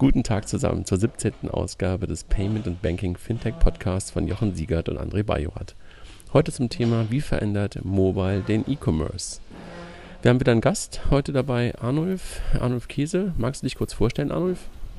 Guten Tag zusammen zur 17. Ausgabe des Payment and Banking Fintech Podcasts von Jochen Siegert und André Bajorat. Heute zum Thema: Wie verändert Mobile den E-Commerce? Wir haben wieder einen Gast heute dabei, Arnulf Kiese. Magst du dich kurz vorstellen, Arnulf?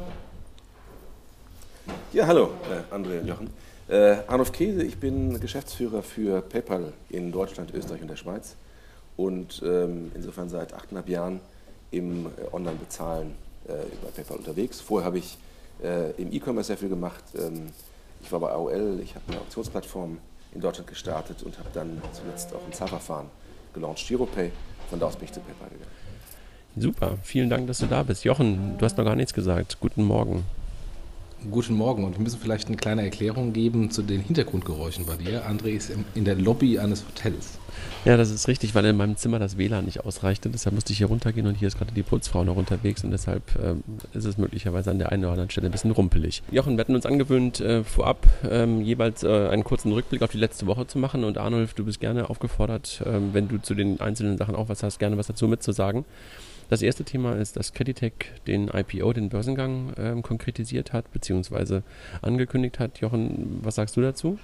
Ja, hallo, André und Jochen. Arnulf Kiese, ich bin Geschäftsführer für PayPal in Deutschland, Österreich und der Schweiz und insofern seit 8,5 Jahren im Online-Bezahlen über PayPal unterwegs. Vorher habe ich im E-Commerce sehr viel gemacht. Ich war bei AOL, ich habe eine Auktionsplattform in Deutschland gestartet und habe dann zuletzt auch ein Zahlverfahren gelauncht, Giropay. Von da aus bin ich zu PayPal gegangen. Super, vielen Dank, dass du da bist. Jochen, du hast noch gar nichts gesagt. Guten Morgen. Guten Morgen, und wir müssen vielleicht eine kleine Erklärung geben zu den Hintergrundgeräuschen bei dir. André ist in der Lobby eines Hotels. Ja, das ist richtig, weil in meinem Zimmer das WLAN nicht ausreichte. Deshalb musste ich hier runtergehen und hier ist gerade die Putzfrau noch unterwegs und deshalb ist es möglicherweise an der einen oder anderen Stelle ein bisschen rumpelig. Jochen, wir hatten uns angewöhnt, vorab jeweils einen kurzen Rückblick auf die letzte Woche zu machen, und Arnulf, du bist gerne aufgefordert, wenn du zu den einzelnen Sachen auch was hast, gerne was dazu mitzusagen. Das erste Thema ist, dass Creditec den IPO, den Börsengang, konkretisiert hat bzw. angekündigt hat. Jochen, was sagst du dazu?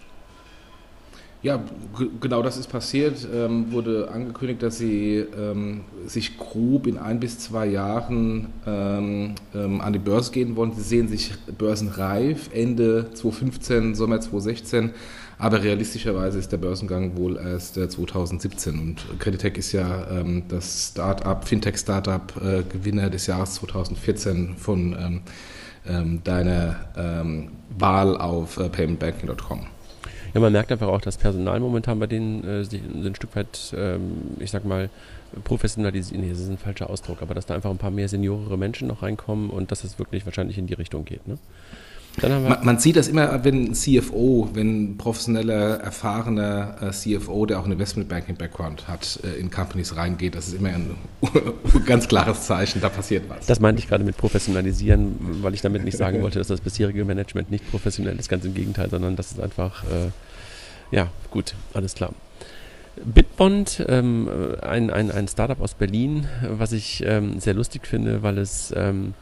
Ja, genau das ist passiert. Wurde angekündigt, dass sie sich grob in 1 bis 2 Jahren an die Börse gehen wollen. Sie sehen sich börsenreif Ende 2015, Sommer 2016. Aber realistischerweise ist der Börsengang wohl erst 2017. Und Creditec ist ja das Fintech-Startup Gewinner des Jahres 2014 von deiner Wahl auf paymentbanking.com. Ja, man merkt einfach auch, dass Personal momentan bei denen sich ein Stück weit, ich sag mal, professionalisieren. Nee, das ist ein falscher Ausdruck, aber dass da einfach ein paar mehr seniorere Menschen noch reinkommen und dass es wirklich wahrscheinlich in die Richtung geht, ne? Dann haben wir man sieht das immer, wenn ein CFO, wenn ein professioneller, erfahrener CFO, der auch einen Investment-Banking-Background hat, in Companies reingeht. Das ist immer ein ganz klares Zeichen, da passiert was. Das meinte ich gerade mit professionalisieren, weil ich damit nicht sagen wollte, dass das bisherige Management nicht professionell ist, ganz im Gegenteil, sondern das ist einfach, ja, gut, alles klar. Bitbond, ein Startup aus Berlin, was ich sehr lustig finde, weil es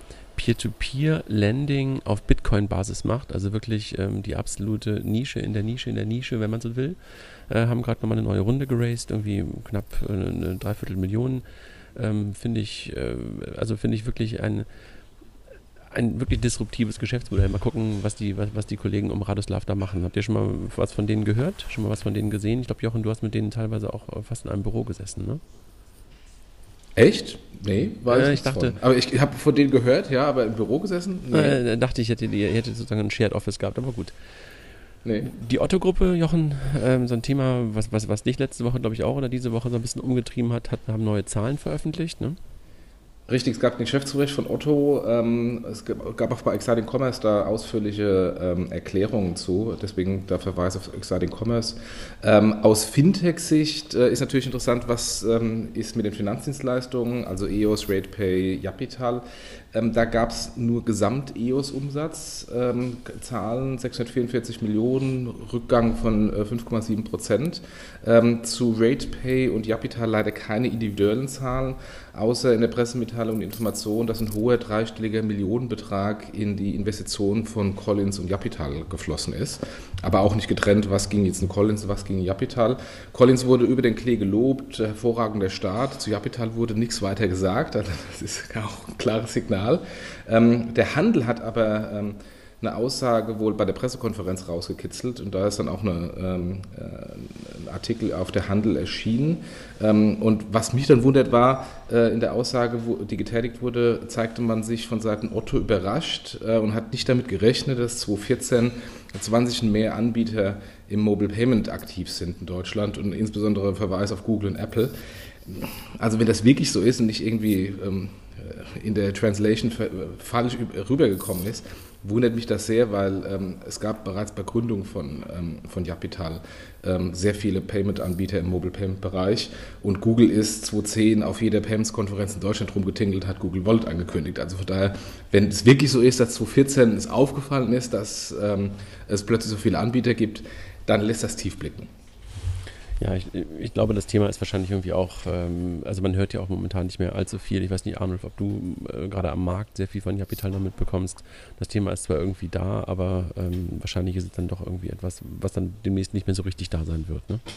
Peer-to-Peer-Lending auf Bitcoin-Basis macht, also wirklich die absolute Nische in der Nische, wenn man so will. Haben gerade nochmal eine neue Runde geraced, irgendwie knapp eine 3/4 Million. Finde ich wirklich ein wirklich disruptives Geschäftsmodell. Mal gucken, was die Kollegen um Radoslav da machen. Habt ihr schon mal was von denen gehört? Schon mal was von denen gesehen? Ich glaube, Jochen, du hast mit denen teilweise auch fast in einem Büro gesessen, ne? Echt? Nee, weiß ich dachte. Aber ich habe von denen gehört, ja, aber im Büro gesessen? Nee. Dachte ich, ihr hättet sozusagen ein Shared Office gehabt, aber gut. Nee. Die Otto-Gruppe, Jochen, so ein Thema, was dich letzte Woche, glaube ich, auch oder diese Woche so ein bisschen umgetrieben hat, haben neue Zahlen veröffentlicht, ne? Richtig, es gab den Geschäftsbericht von Otto, es gab auch bei Exciting Commerce da ausführliche Erklärungen zu, deswegen der Verweis auf Exciting Commerce. Aus Fintech-Sicht ist natürlich interessant, was ist mit den Finanzdienstleistungen, also EOS, RatePay, Japital. Da gab es nur Gesamt-EOS-Umsatz, Zahlen 644 Millionen, Rückgang von 5,7%. Zu RatePay und Japital leider keine individuellen Zahlen, außer in der Pressemitteilung die Information, dass ein hoher dreistelliger Millionenbetrag in die Investitionen von Collins und Japital geflossen ist. Aber auch nicht getrennt, was ging jetzt in Collins, was ging in Japital. Collins wurde über den Klee gelobt, hervorragender Start. Zu Japital wurde nichts weiter gesagt, also das ist auch ein klares Signal. Der Handel hat aber eine Aussage wohl bei der Pressekonferenz rausgekitzelt und da ist dann auch ein Artikel auf der Handel erschienen. Und was mich dann wundert war, in der Aussage, die getätigt wurde, zeigte man sich von Seiten Otto überrascht und hat nicht damit gerechnet, dass 2014 20 mehr Anbieter im Mobile Payment aktiv sind in Deutschland und insbesondere Verweis auf Google und Apple. Also wenn das wirklich so ist und nicht irgendwie in der Translation falsch rübergekommen ist, wundert mich das sehr, weil es gab bereits bei Gründung von Japital sehr viele Payment-Anbieter im Mobile-Payment-Bereich und Google ist 2010 auf jeder Payments-Konferenz in Deutschland rumgetingelt, hat Google Wallet angekündigt. Also von daher, wenn es wirklich so ist, dass 2014 es aufgefallen ist, dass es plötzlich so viele Anbieter gibt, dann lässt das tief blicken. Ja, ich glaube, das Thema ist wahrscheinlich irgendwie auch, also man hört ja auch momentan nicht mehr allzu viel. Ich weiß nicht, Arnulf, ob du gerade am Markt sehr viel von Japital noch mitbekommst. Das Thema ist zwar irgendwie da, aber wahrscheinlich ist es dann doch irgendwie etwas, was dann demnächst nicht mehr so richtig da sein wird, ne?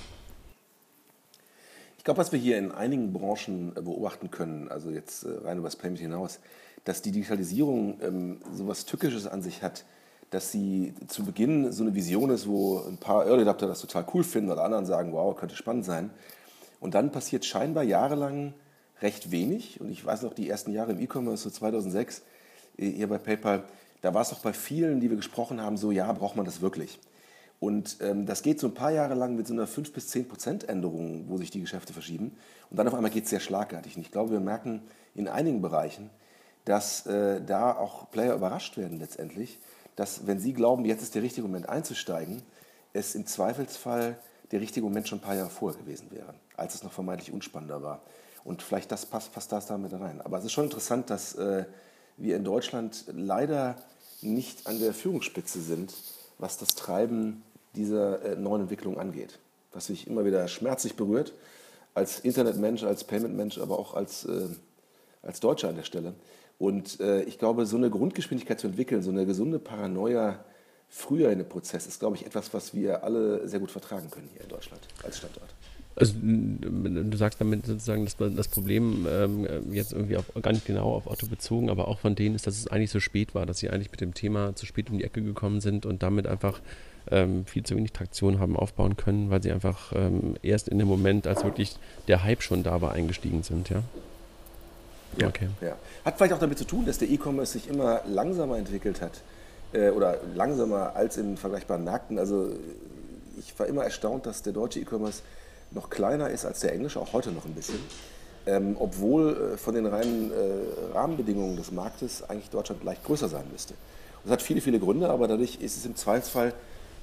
Ich glaube, was wir hier in einigen Branchen beobachten können, also jetzt rein über das Payment hinaus, dass die Digitalisierung so was Tückisches an sich hat, dass sie zu Beginn so eine Vision ist, wo ein paar Early Adopter das total cool finden oder anderen sagen, wow, könnte spannend sein. Und dann passiert scheinbar jahrelang recht wenig. Und ich weiß noch, die ersten Jahre im E-Commerce, so 2006, hier bei PayPal, da war es doch bei vielen, die wir gesprochen haben, so, ja, braucht man das wirklich? Und das geht so ein paar Jahre lang mit so einer 5 bis 10% Änderung, wo sich die Geschäfte verschieben. Und dann auf einmal geht es sehr schlagartig. Und ich glaube, wir merken in einigen Bereichen, dass da auch Player überrascht werden letztendlich, dass wenn sie glauben, jetzt ist der richtige Moment einzusteigen, es im Zweifelsfall der richtige Moment schon ein paar Jahre vorher gewesen wäre, als es noch vermeintlich unspannender war. Und vielleicht passt das damit rein. Aber es ist schon interessant, dass wir in Deutschland leider nicht an der Führungsspitze sind, was das Treiben dieser neuen Entwicklung angeht. Was mich immer wieder schmerzlich berührt, als Internetmensch, als Paymentmensch, aber auch als Deutscher an der Stelle. Und ich glaube, so eine Grundgeschwindigkeit zu entwickeln, so eine gesunde Paranoia früher in dem Prozess, ist, glaube ich, etwas, was wir alle sehr gut vertragen können hier in Deutschland als Standort. Also du sagst damit sozusagen, dass das Problem jetzt irgendwie gar nicht genau auf Otto bezogen, aber auch von denen ist, dass es eigentlich so spät war, dass sie eigentlich mit dem Thema zu spät um die Ecke gekommen sind und damit einfach viel zu wenig Traktion haben aufbauen können, weil sie einfach erst in dem Moment, als wirklich der Hype schon da war, eingestiegen sind, ja? Ja, Okay. ja. Hat vielleicht auch damit zu tun, dass der E-Commerce sich immer langsamer entwickelt hat oder langsamer als in vergleichbaren Märkten. Also ich war immer erstaunt, dass der deutsche E-Commerce noch kleiner ist als der englische, auch heute noch ein bisschen. Obwohl von den reinen Rahmenbedingungen des Marktes eigentlich Deutschland leicht größer sein müsste. Und das hat viele, viele Gründe, aber dadurch ist es im Zweifelsfall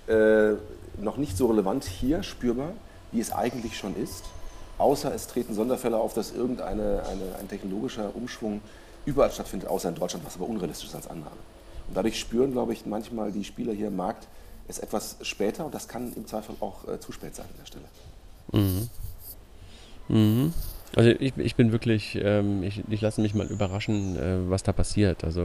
noch nicht so relevant hier spürbar, wie es eigentlich schon ist. Außer es treten Sonderfälle auf, dass ein technologischer Umschwung überall stattfindet, außer in Deutschland, was aber unrealistisch ist als Annahme. Und dadurch spüren, glaube ich, manchmal die Spieler hier im Markt es etwas später und das kann im Zweifel auch zu spät sein an der Stelle. Mhm. Mhm. Also ich bin wirklich, ich lasse mich mal überraschen, was da passiert. Also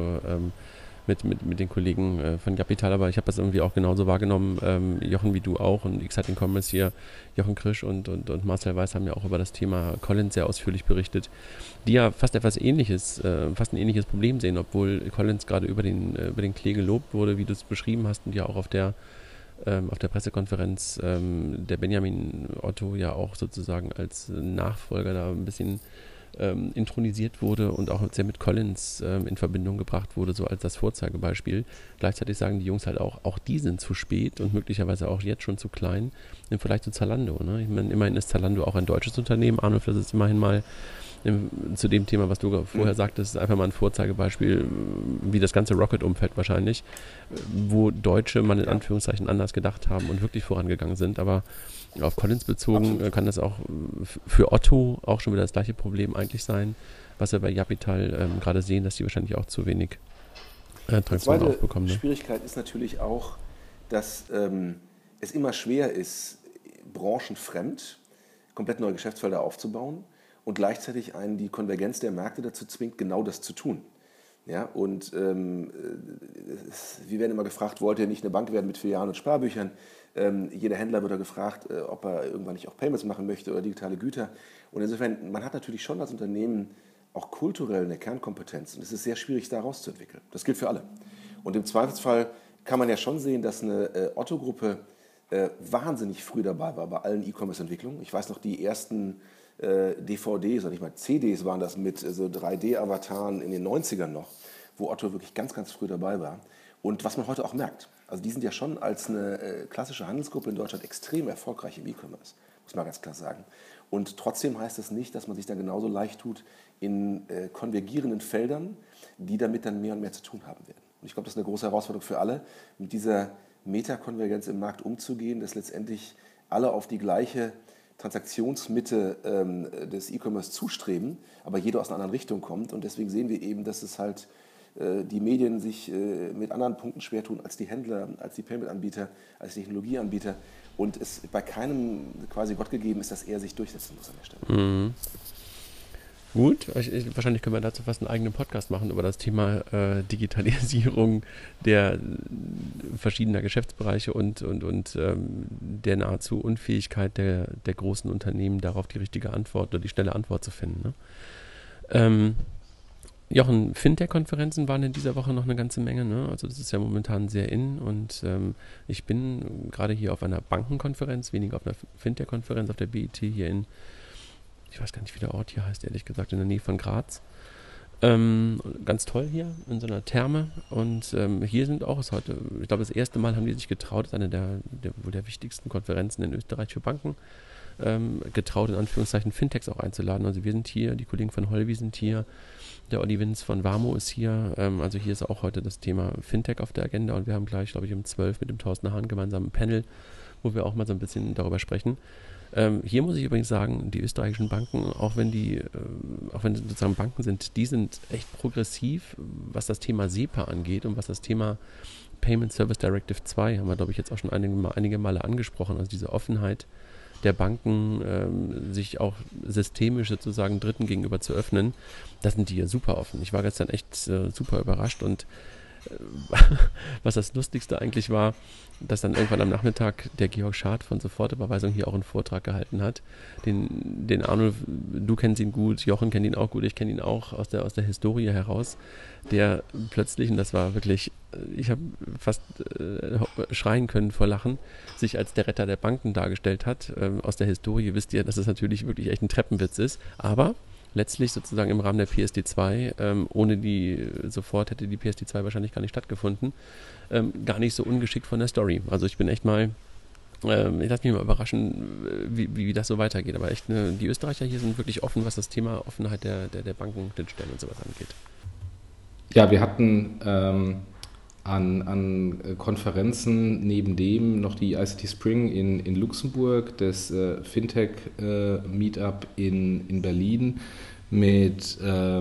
mit den Kollegen von Japital, aber ich habe das irgendwie auch genauso wahrgenommen, Jochen wie du auch und Exciting Commerce hier, Jochen Krisch und Marcel Weiß haben ja auch über das Thema Collins sehr ausführlich berichtet, die ja fast etwas Ähnliches, fast ein ähnliches Problem sehen, obwohl Collins gerade über den Klee gelobt wurde, wie du es beschrieben hast und ja auch auf der Pressekonferenz der Benjamin Otto ja auch sozusagen als Nachfolger da ein bisschen intronisiert wurde und auch sehr mit Collins in Verbindung gebracht wurde, so als das Vorzeigebeispiel. Gleichzeitig sagen die Jungs halt auch die sind zu spät und möglicherweise auch jetzt schon zu klein, vielleicht zu Zalando. Ne? Ich meine, immerhin ist Zalando auch ein deutsches Unternehmen. Arnulf, das ist immerhin mal zu dem Thema, was du vorher sagtest, ist einfach mal ein Vorzeigebeispiel, wie das ganze Rocket-Umfeld wahrscheinlich, wo Deutsche mal in Anführungszeichen anders gedacht haben und wirklich vorangegangen sind, aber auf Collins bezogen kann das auch für Otto auch schon wieder das gleiche Problem eigentlich sein, was wir bei Japital gerade sehen, dass die wahrscheinlich auch zu wenig Traktion aufbekommen. Die Ne? Schwierigkeit ist natürlich auch, dass es immer schwer ist, branchenfremd komplett neue Geschäftsfelder aufzubauen und gleichzeitig einen die Konvergenz der Märkte dazu zwingt, genau das zu tun. Ja, und wir werden immer gefragt, wollt ihr nicht eine Bank werden mit Filialen und Sparbüchern? Jeder Händler wird da gefragt, ob er irgendwann nicht auch Payments machen möchte oder digitale Güter. Und insofern, man hat natürlich schon als Unternehmen auch kulturell eine Kernkompetenz. Und es ist sehr schwierig, da rauszuentwickeln. Das gilt für alle. Und im Zweifelsfall kann man ja schon sehen, dass eine Otto-Gruppe wahnsinnig früh dabei war bei allen E-Commerce-Entwicklungen. Ich weiß noch, die ersten DVDs, oder nicht mal CDs waren das mit so 3D-Avataren in den 90ern noch, wo Otto wirklich ganz, ganz früh dabei war. Und was man heute auch merkt, also die sind ja schon als eine klassische Handelsgruppe in Deutschland extrem erfolgreich im E-Commerce, muss man ganz klar sagen. Und trotzdem heißt das nicht, dass man sich dann genauso leicht tut in konvergierenden Feldern, die damit dann mehr und mehr zu tun haben werden. Und ich glaube, das ist eine große Herausforderung für alle, mit dieser Metakonvergenz im Markt umzugehen, dass letztendlich alle auf die gleiche Transaktionsmitte des E-Commerce zustreben, aber jeder aus einer anderen Richtung kommt. Und deswegen sehen wir eben, dass es halt die Medien sich mit anderen Punkten schwer tun als die Händler, als die Payment-Anbieter, als die Technologieanbieter und es bei keinem quasi Gott gegeben ist, dass er sich durchsetzen muss an der Stelle. Mhm. Gut, wahrscheinlich können wir dazu fast einen eigenen Podcast machen über das Thema Digitalisierung der verschiedener Geschäftsbereiche und der nahezu Unfähigkeit der großen Unternehmen, darauf die richtige Antwort oder die schnelle Antwort zu finden. Ne? Jochen, Fintech-Konferenzen waren in dieser Woche noch eine ganze Menge, ne? Also das ist ja momentan sehr in und ich bin gerade hier auf einer Bankenkonferenz, weniger auf einer Fintech-Konferenz, auf der BIT hier ich weiß gar nicht, wie der Ort hier heißt, ehrlich gesagt, in der Nähe von Graz. Ganz toll hier, in so einer Therme. Und hier ist heute, ich glaube, das erste Mal haben die sich getraut, das ist eine wohl der wichtigsten Konferenzen in Österreich für Banken, getraut, in Anführungszeichen, Fintechs auch einzuladen. Also wir sind hier, die Kollegen von Holvi sind hier, der Olli Winz von Vamo ist hier. Also hier ist auch heute das Thema Fintech auf der Agenda und wir haben gleich, glaube ich, um 12 mit dem Thorsten Hahn gemeinsam ein Panel, wo wir auch mal so ein bisschen darüber sprechen. Hier muss ich übrigens sagen, die österreichischen Banken, auch wenn sozusagen Banken sind, die sind echt progressiv, was das Thema SEPA angeht und was das Thema Payment Service Directive 2, haben wir, glaube ich, jetzt auch schon einige Male angesprochen, also diese Offenheit der Banken, sich auch systemisch sozusagen Dritten gegenüber zu öffnen, das sind die ja super offen. Ich war gestern echt super überrascht und was das Lustigste eigentlich war, dass dann irgendwann am Nachmittag der Georg Schad von Sofortüberweisung hier auch einen Vortrag gehalten hat. Den Arnulf, du kennst ihn gut, Jochen kennt ihn auch gut, ich kenne ihn auch aus der Historie heraus, der plötzlich, und das war wirklich, ich habe fast schreien können vor Lachen, sich als der Retter der Banken dargestellt hat. Aus der Historie wisst ihr, dass es natürlich wirklich echt ein Treppenwitz ist, aber letztlich sozusagen im Rahmen der PSD2, ohne die sofort hätte die PSD2 wahrscheinlich gar nicht stattgefunden, gar nicht so ungeschickt von der Story. Also ich bin echt mal, ich lasse mich mal überraschen, wie das so weitergeht. Aber echt, die Österreicher hier sind wirklich offen, was das Thema Offenheit der Bankenschnittstellen und sowas angeht. Ja, wir hatten an Konferenzen neben dem noch die ICT Spring in Luxemburg, das Fintech Meetup in Berlin mit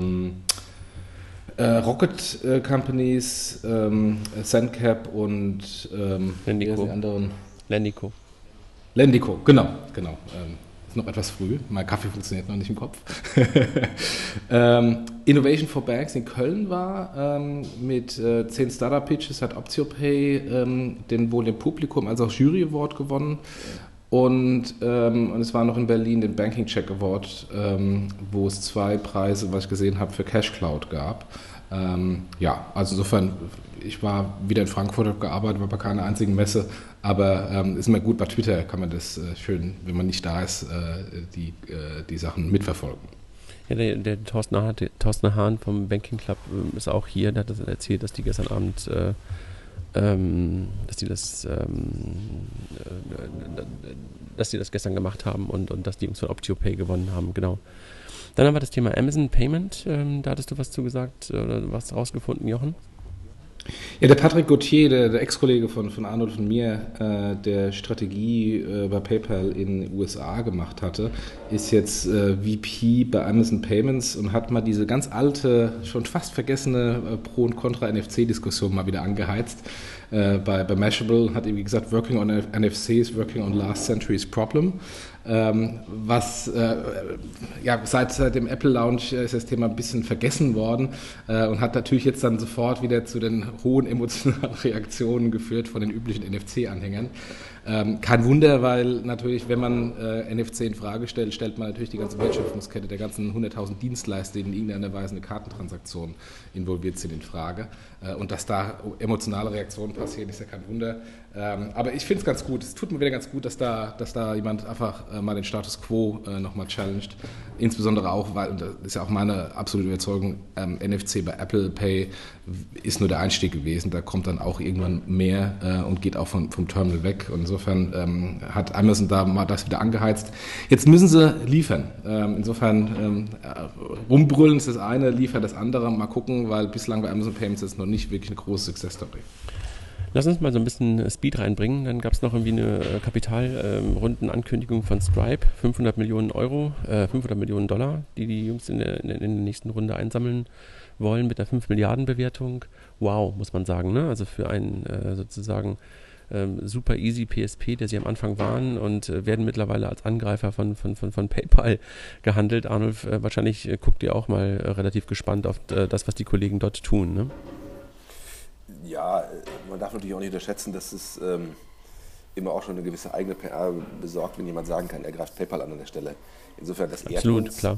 Rocket Companies, Sendcap und Lendico. die anderen? Lendico, genau. Ist noch etwas früh, mein Kaffee funktioniert noch nicht im Kopf. Innovation for Banks in Köln war mit 10 Startup-Pitches, hat OptioPay wohl dem Publikum als auch Jury Award gewonnen. Und es war noch in Berlin den Banking Check Award, wo es 2 Preise, was ich gesehen habe, für Cash Cloud gab. Also insofern, ich war wieder in Frankfurt, habe gearbeitet, war bei keiner einzigen Messe, aber ist immer gut, bei Twitter kann man das schön, wenn man nicht da ist, die Sachen mitverfolgen. Ja, der Thorsten Hahn vom Banking Club ist auch hier, der hat das erzählt, dass die gestern Abend dass die das gestern gemacht haben und dass die Jungs von OptioPay gewonnen haben, genau. Dann haben wir das Thema Amazon Payment, da hattest du was zu gesagt oder was rausgefunden, Jochen? Ja, der Patrick Gauthier, der Ex-Kollege von Arnold und mir, der Strategie bei PayPal in den USA gemacht hatte, ist jetzt VP bei Amazon Payments und hat mal diese ganz alte, schon fast vergessene Pro- und Contra-NFC-Diskussion mal wieder angeheizt. Bei Mashable hat er, wie gesagt, working on NFCs, working on last century's problem. Seit dem Apple Launch ist das Thema ein bisschen vergessen worden und hat natürlich jetzt dann sofort wieder zu den hohen emotionalen Reaktionen geführt von den üblichen NFC-Anhängern. Kein Wunder, weil natürlich, wenn man NFC in Frage stellt, stellt man natürlich die ganze Wertschöpfungskette der ganzen 100.000 Dienstleister, die in irgendeiner Weise eine Kartentransaktion involviert sind, in Frage. Und dass da emotionale Reaktionen passieren, ist ja kein Wunder. Aber ich finde es ganz gut. Es tut mir wieder ganz gut, dass da jemand einfach mal den Status Quo nochmal challenged. Insbesondere auch, weil, und das ist ja auch meine absolute Überzeugung, NFC bei Apple Pay ist nur der Einstieg gewesen. Da kommt dann auch irgendwann mehr und geht auch vom Terminal weg. Und insofern hat Amazon da mal das wieder angeheizt. Jetzt müssen sie liefern. Insofern rumbrüllen ist das eine, liefern das andere. Mal gucken, weil bislang bei Amazon Payments ist noch nicht wirklich eine große Success-Story. Lass uns mal so ein bisschen Speed reinbringen. Dann gab es noch irgendwie eine Kapitalrundenankündigung von Stripe, 500 Millionen Dollar, die Jungs in der nächsten Runde einsammeln wollen mit der 5 Milliarden Bewertung. Wow, muss man sagen, ne? Also für einen sozusagen super easy PSP, der sie am Anfang waren und werden mittlerweile als Angreifer von PayPal gehandelt. Arnulf, wahrscheinlich guckt ihr auch mal relativ gespannt auf das, was die Kollegen dort tun, ne? Ja, man darf natürlich auch nicht unterschätzen, dass es immer auch schon eine gewisse eigene PR besorgt, wenn jemand sagen kann, er greift PayPal an der Stelle. Insofern, das ehrt uns. Klar.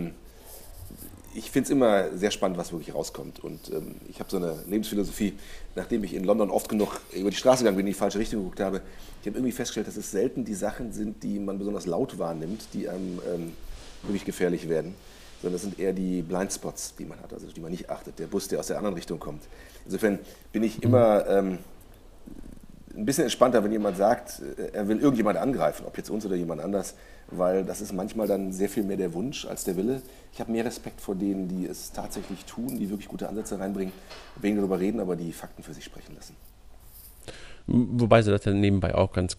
Ich finde es immer sehr spannend, was wirklich rauskommt. Und ich habe so eine Lebensphilosophie, nachdem ich in London oft genug über die Straße gegangen bin, in die falsche Richtung geguckt habe. Ich habe irgendwie festgestellt, dass es selten die Sachen sind, die man besonders laut wahrnimmt, die einem wirklich gefährlich werden. Sondern es sind eher die Blindspots, die man hat, also die man nicht achtet. Der Bus, der aus der anderen Richtung kommt. Insofern bin ich immer ein bisschen entspannter, wenn jemand sagt, er will irgendjemand angreifen, ob jetzt uns oder jemand anders, weil das ist manchmal dann sehr viel mehr der Wunsch als der Wille. Ich habe mehr Respekt vor denen, die es tatsächlich tun, die wirklich gute Ansätze reinbringen, weniger darüber reden, aber die Fakten für sich sprechen lassen. Wobei sie das dann nebenbei auch ganz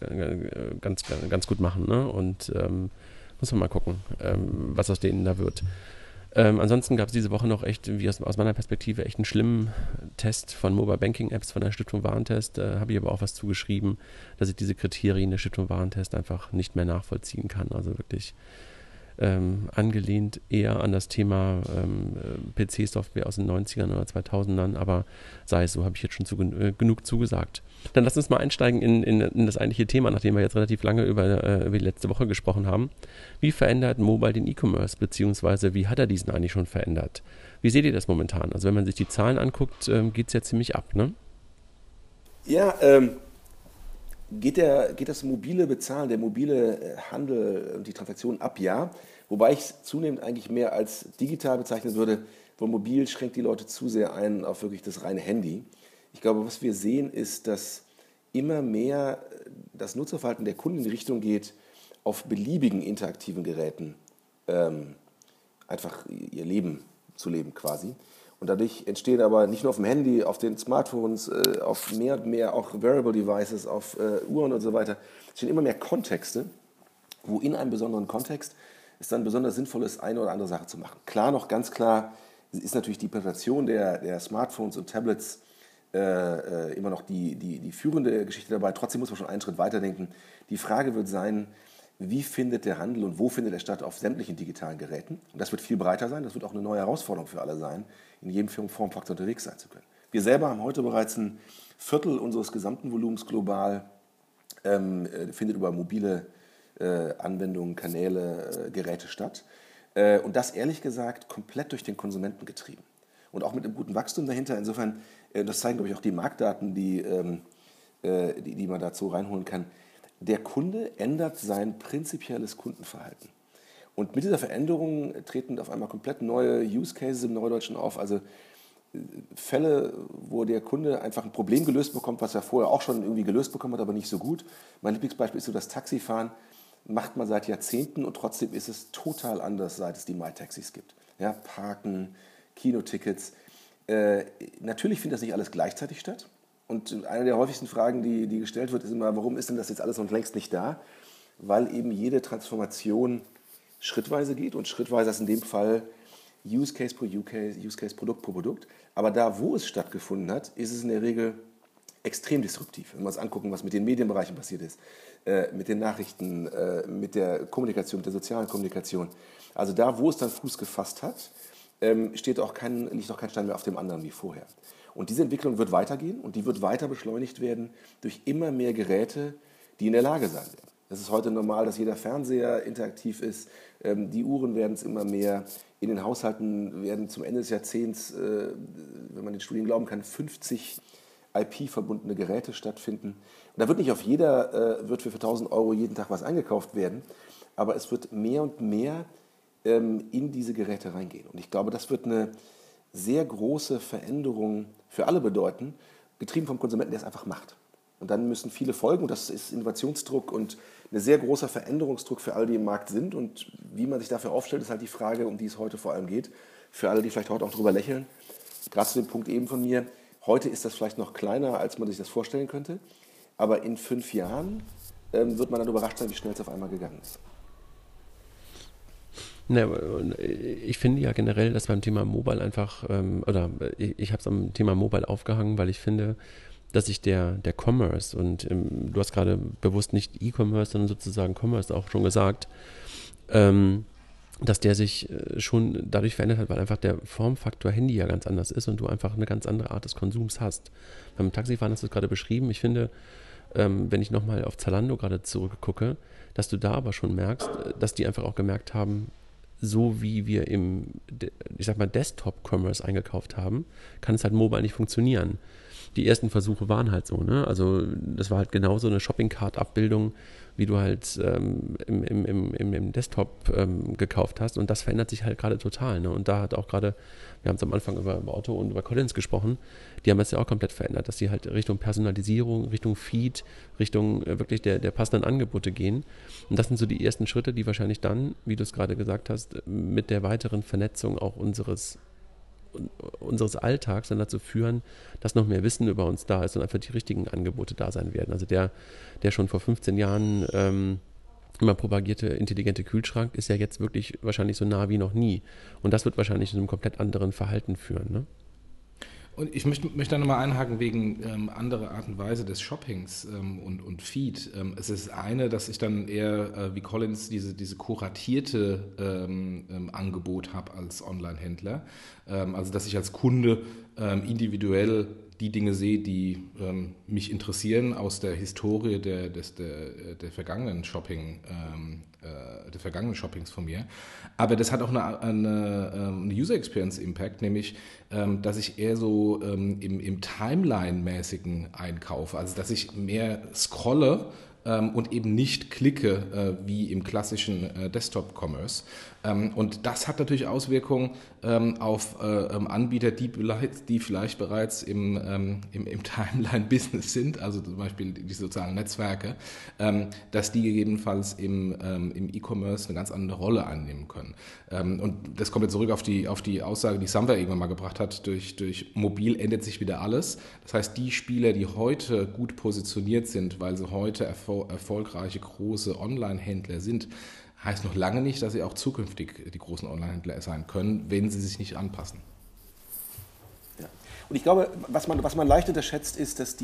gut machen, ne? Und muss man mal gucken, was aus denen da wird. Ansonsten gab es diese Woche noch echt, wie aus meiner Perspektive, echt einen schlimmen Test von Mobile Banking Apps von der Stiftung Warentest. Habe ich aber auch was zugeschrieben, dass ich diese Kriterien der Stiftung Warentest einfach nicht mehr nachvollziehen kann. Also wirklich angelehnt eher an das Thema PC-Software aus den 90ern oder 2000ern, aber sei es so, habe ich jetzt schon genug zugesagt. Dann lass uns mal einsteigen in das eigentliche Thema, nachdem wir jetzt relativ lange über die letzte Woche gesprochen haben. Wie verändert Mobile den E-Commerce, beziehungsweise wie hat er diesen eigentlich schon verändert? Wie seht ihr das momentan? Also wenn man sich die Zahlen anguckt, geht es ja ziemlich ab, ne? Ja, geht das mobile Bezahlen, der mobile Handel und die Transaktionen ab, ja. Wobei ich es zunehmend eigentlich mehr als digital bezeichnen würde, weil mobil schränkt die Leute zu sehr ein auf wirklich das reine Handy. Ich glaube, was wir sehen, ist, dass immer mehr das Nutzerverhalten der Kunden in die Richtung geht, auf beliebigen interaktiven Geräten einfach ihr Leben zu leben quasi. Und dadurch entstehen aber nicht nur auf dem Handy, auf den Smartphones, auf mehr und mehr auch Wearable Devices, auf Uhren und so weiter, entstehen immer mehr Kontexte, wo in einem besonderen Kontext es dann besonders sinnvoll ist, eine oder andere Sache zu machen. Klar, noch ganz klar ist natürlich die Penetration der Smartphones und Tablets immer noch die führende Geschichte dabei. Trotzdem muss man schon einen Schritt weiterdenken. Die Frage wird sein, wie findet der Handel und wo findet er statt auf sämtlichen digitalen Geräten? Und das wird viel breiter sein, das wird auch eine neue Herausforderung für alle sein, in jedem Formfaktor unterwegs sein zu können. Wir selber haben heute bereits ein Viertel unseres gesamten Volumens global, findet über mobile Anwendungen, Kanäle, Geräte statt. Und das ehrlich gesagt komplett durch den Konsumenten getrieben. Und auch mit einem guten Wachstum dahinter. Insofern, das zeigen, glaube ich, auch die Marktdaten, die man dazu reinholen kann. Der Kunde ändert sein prinzipielles Kundenverhalten. Und mit dieser Veränderung treten auf einmal komplett neue Use Cases im Neudeutschen auf. Also Fälle, wo der Kunde einfach ein Problem gelöst bekommt, was er vorher auch schon irgendwie gelöst bekommen hat, aber nicht so gut. Mein Lieblingsbeispiel ist so das Taxifahren. Macht man seit Jahrzehnten und trotzdem ist es total anders, seit es die MyTaxis gibt. Ja, Parken, Kinotickets. Natürlich findet das nicht alles gleichzeitig statt. Und eine der häufigsten Fragen, die gestellt wird, ist immer, warum ist denn das jetzt alles noch längst nicht da? Weil eben jede Transformation schrittweise geht und schrittweise ist in dem Fall Use Case pro Use Case, Produkt pro Produkt. Aber da, wo es stattgefunden hat, ist es in der Regel extrem disruptiv. Wenn wir uns angucken, was mit den Medienbereichen passiert ist, mit den Nachrichten, mit der Kommunikation, mit der sozialen Kommunikation. Also da, wo es dann Fuß gefasst hat, liegt auch kein Stein mehr auf dem anderen wie vorher. Und diese Entwicklung wird weitergehen und die wird weiter beschleunigt werden durch immer mehr Geräte, die in der Lage sein werden. Es ist heute normal, dass jeder Fernseher interaktiv ist. Die Uhren werden es immer mehr. In den Haushalten werden zum Ende des Jahrzehnts, wenn man den Studien glauben kann, 50 IP-verbundene Geräte stattfinden. Und da wird nicht auf wird für 1.000 Euro jeden Tag was eingekauft werden, aber es wird mehr und mehr in diese Geräte reingehen. Und ich glaube, das wird eine sehr große Veränderung für alle bedeuten, getrieben vom Konsumenten, der es einfach macht. Und dann müssen viele folgen, und das ist Innovationsdruck und ein sehr großer Veränderungsdruck für alle, die im Markt sind. Und wie man sich dafür aufstellt, ist halt die Frage, um die es heute vor allem geht. Für alle, die vielleicht heute auch drüber lächeln. Gerade zu dem Punkt eben von mir, heute ist das vielleicht noch kleiner, als man sich das vorstellen könnte. Aber in 5 Jahren wird man dann überrascht sein, wie schnell es auf einmal gegangen ist. Ne, ich finde ja generell, dass beim Thema Mobile einfach, ich habe es am Thema Mobile aufgehangen, weil ich finde, dass sich der Commerce und du hast gerade bewusst nicht E-Commerce, sondern sozusagen Commerce auch schon gesagt, dass der sich schon dadurch verändert hat, weil einfach der Formfaktor Handy ja ganz anders ist und du einfach eine ganz andere Art des Konsums hast. Beim Taxifahren hast du es gerade beschrieben. Ich finde, wenn ich nochmal auf Zalando gerade zurückgucke, dass du da aber schon merkst, dass die einfach auch gemerkt haben, so wie wir ich sag mal, Desktop-Commerce eingekauft haben, kann es halt mobile nicht funktionieren. Die ersten Versuche waren halt so, ne? Also das war halt genauso eine Shopping-Cart-Abbildung, wie du halt im Desktop gekauft hast, und das verändert sich halt gerade total, ne? Und da hat auch gerade, wir haben es am Anfang über Otto und über Collins gesprochen, die haben es ja auch komplett verändert, dass die halt Richtung Personalisierung, Richtung Feed, Richtung wirklich der passenden Angebote gehen. Und das sind so die ersten Schritte, die wahrscheinlich dann, wie du es gerade gesagt hast, mit der weiteren Vernetzung auch unseres Alltags dann dazu führen, dass noch mehr Wissen über uns da ist und einfach die richtigen Angebote da sein werden. Also der schon vor 15 Jahren immer propagierte intelligente Kühlschrank ist ja jetzt wirklich wahrscheinlich so nah wie noch nie. Und das wird wahrscheinlich zu einem komplett anderen Verhalten führen, ne? Und ich möchte da nochmal einhaken wegen anderer Art und Weise des Shoppings und Feed. Es ist eine, dass ich dann eher wie Collins diese kuratierte Angebot habe als Online-Händler. Also dass ich als Kunde individuell die Dinge sehe, die mich interessieren aus der Historie der vergangenen Shoppings von mir. Aber das hat auch eine User Experience Impact, nämlich, dass ich eher so im Timeline-mäßigen einkaufe, also dass ich mehr scrolle und eben nicht klicke wie im klassischen Desktop-Commerce. Und das hat natürlich Auswirkungen auf Anbieter, die vielleicht bereits im Timeline-Business sind, also zum Beispiel die sozialen Netzwerke, dass die gegebenenfalls im E-Commerce eine ganz andere Rolle einnehmen können. Und das kommt jetzt zurück auf die Aussage, die Samwer irgendwann mal gebracht hat, durch Mobil ändert sich wieder alles. Das heißt, die Spieler, die heute gut positioniert sind, weil sie heute erfolgreiche große Online-Händler sind, heißt noch lange nicht, dass sie auch zukünftig die großen Online-Händler sein können, wenn sie sich nicht anpassen. Ja. Und ich glaube, was man leicht unterschätzt, ist, dass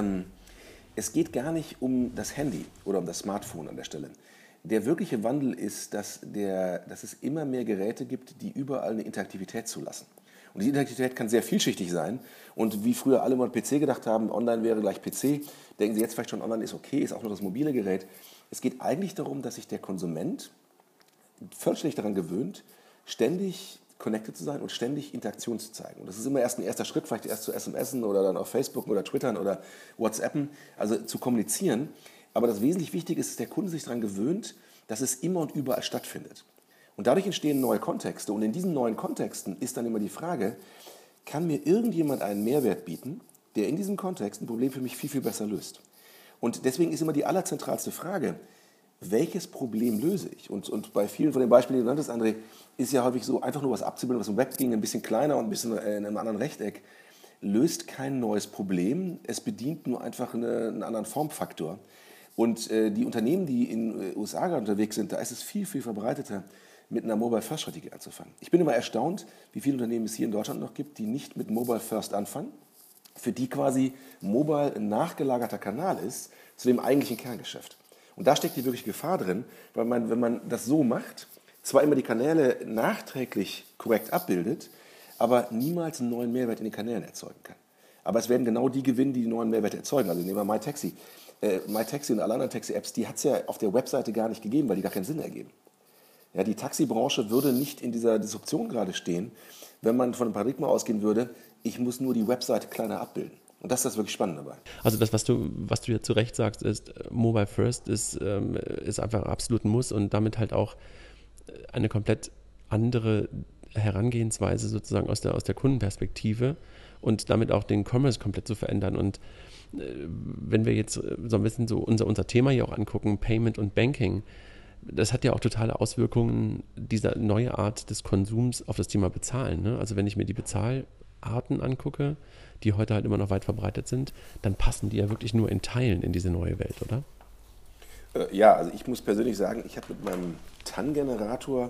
es geht gar nicht um das Handy oder um das Smartphone an der Stelle. Der wirkliche Wandel ist, dass es immer mehr Geräte gibt, die überall eine Interaktivität zulassen. Und diese Interaktivität kann sehr vielschichtig sein. Und wie früher alle mal PC gedacht haben, online wäre gleich PC, denken Sie jetzt vielleicht schon, online ist okay, ist auch nur das mobile Gerät. Es geht eigentlich darum, dass sich der Konsument vollständig daran gewöhnt, ständig connected zu sein und ständig Interaktion zu zeigen. Und das ist immer erst ein erster Schritt, vielleicht erst zu SMSen oder dann auf Facebook oder Twittern oder WhatsAppen, also zu kommunizieren. Aber das wesentlich Wichtige ist, dass der Kunde sich daran gewöhnt, dass es immer und überall stattfindet. Und dadurch entstehen neue Kontexte. Und in diesen neuen Kontexten ist dann immer die Frage, kann mir irgendjemand einen Mehrwert bieten, der in diesem Kontext ein Problem für mich viel, viel besser löst? Und deswegen ist immer die allerzentralste Frage, welches Problem löse ich? Und bei vielen von den Beispielen, die du nanntest, André, ist ja häufig so, einfach nur was abzubilden, was im Web ging, ein bisschen kleiner und ein bisschen in einem anderen Rechteck, löst kein neues Problem. Es bedient nur einfach einen anderen Formfaktor. Und die Unternehmen, die in den USA gerade unterwegs sind, da ist es viel, viel verbreiteter, mit einer Mobile-First-Strategie anzufangen. Ich bin immer erstaunt, wie viele Unternehmen es hier in Deutschland noch gibt, die nicht mit Mobile-First anfangen, für die quasi Mobile ein nachgelagerter Kanal ist zu dem eigentlichen Kerngeschäft. Und da steckt die wirkliche Gefahr drin, weil wenn man das so macht, zwar immer die Kanäle nachträglich korrekt abbildet, aber niemals einen neuen Mehrwert in den Kanälen erzeugen kann. Aber es werden genau die gewinnen, die neuen Mehrwert erzeugen. Also nehmen wir MyTaxi. MyTaxi und alle anderen Taxi-Apps, die hat es ja auf der Webseite gar nicht gegeben, weil die gar keinen Sinn ergeben. Ja, die Taxibranche würde nicht in dieser Disruption gerade stehen, wenn man von einem Paradigma ausgehen würde, ich muss nur die Webseite kleiner abbilden. Und das ist das wirklich Spannende dabei. Also das, was du ja zu Recht sagst, ist, Mobile First ist einfach absolut ein Muss und damit halt auch eine komplett andere Herangehensweise sozusagen aus der Kundenperspektive und damit auch den Commerce komplett zu verändern. Und wenn wir jetzt so ein bisschen so unser Thema hier auch angucken, Payment und Banking, das hat ja auch totale Auswirkungen, diese neue Art des Konsums auf das Thema Bezahlen, ne? Also wenn ich mir die Bezahlarten angucke, die heute halt immer noch weit verbreitet sind, dann passen die ja wirklich nur in Teilen in diese neue Welt, oder? Ja, also ich muss persönlich sagen, ich habe mit meinem TAN-Generator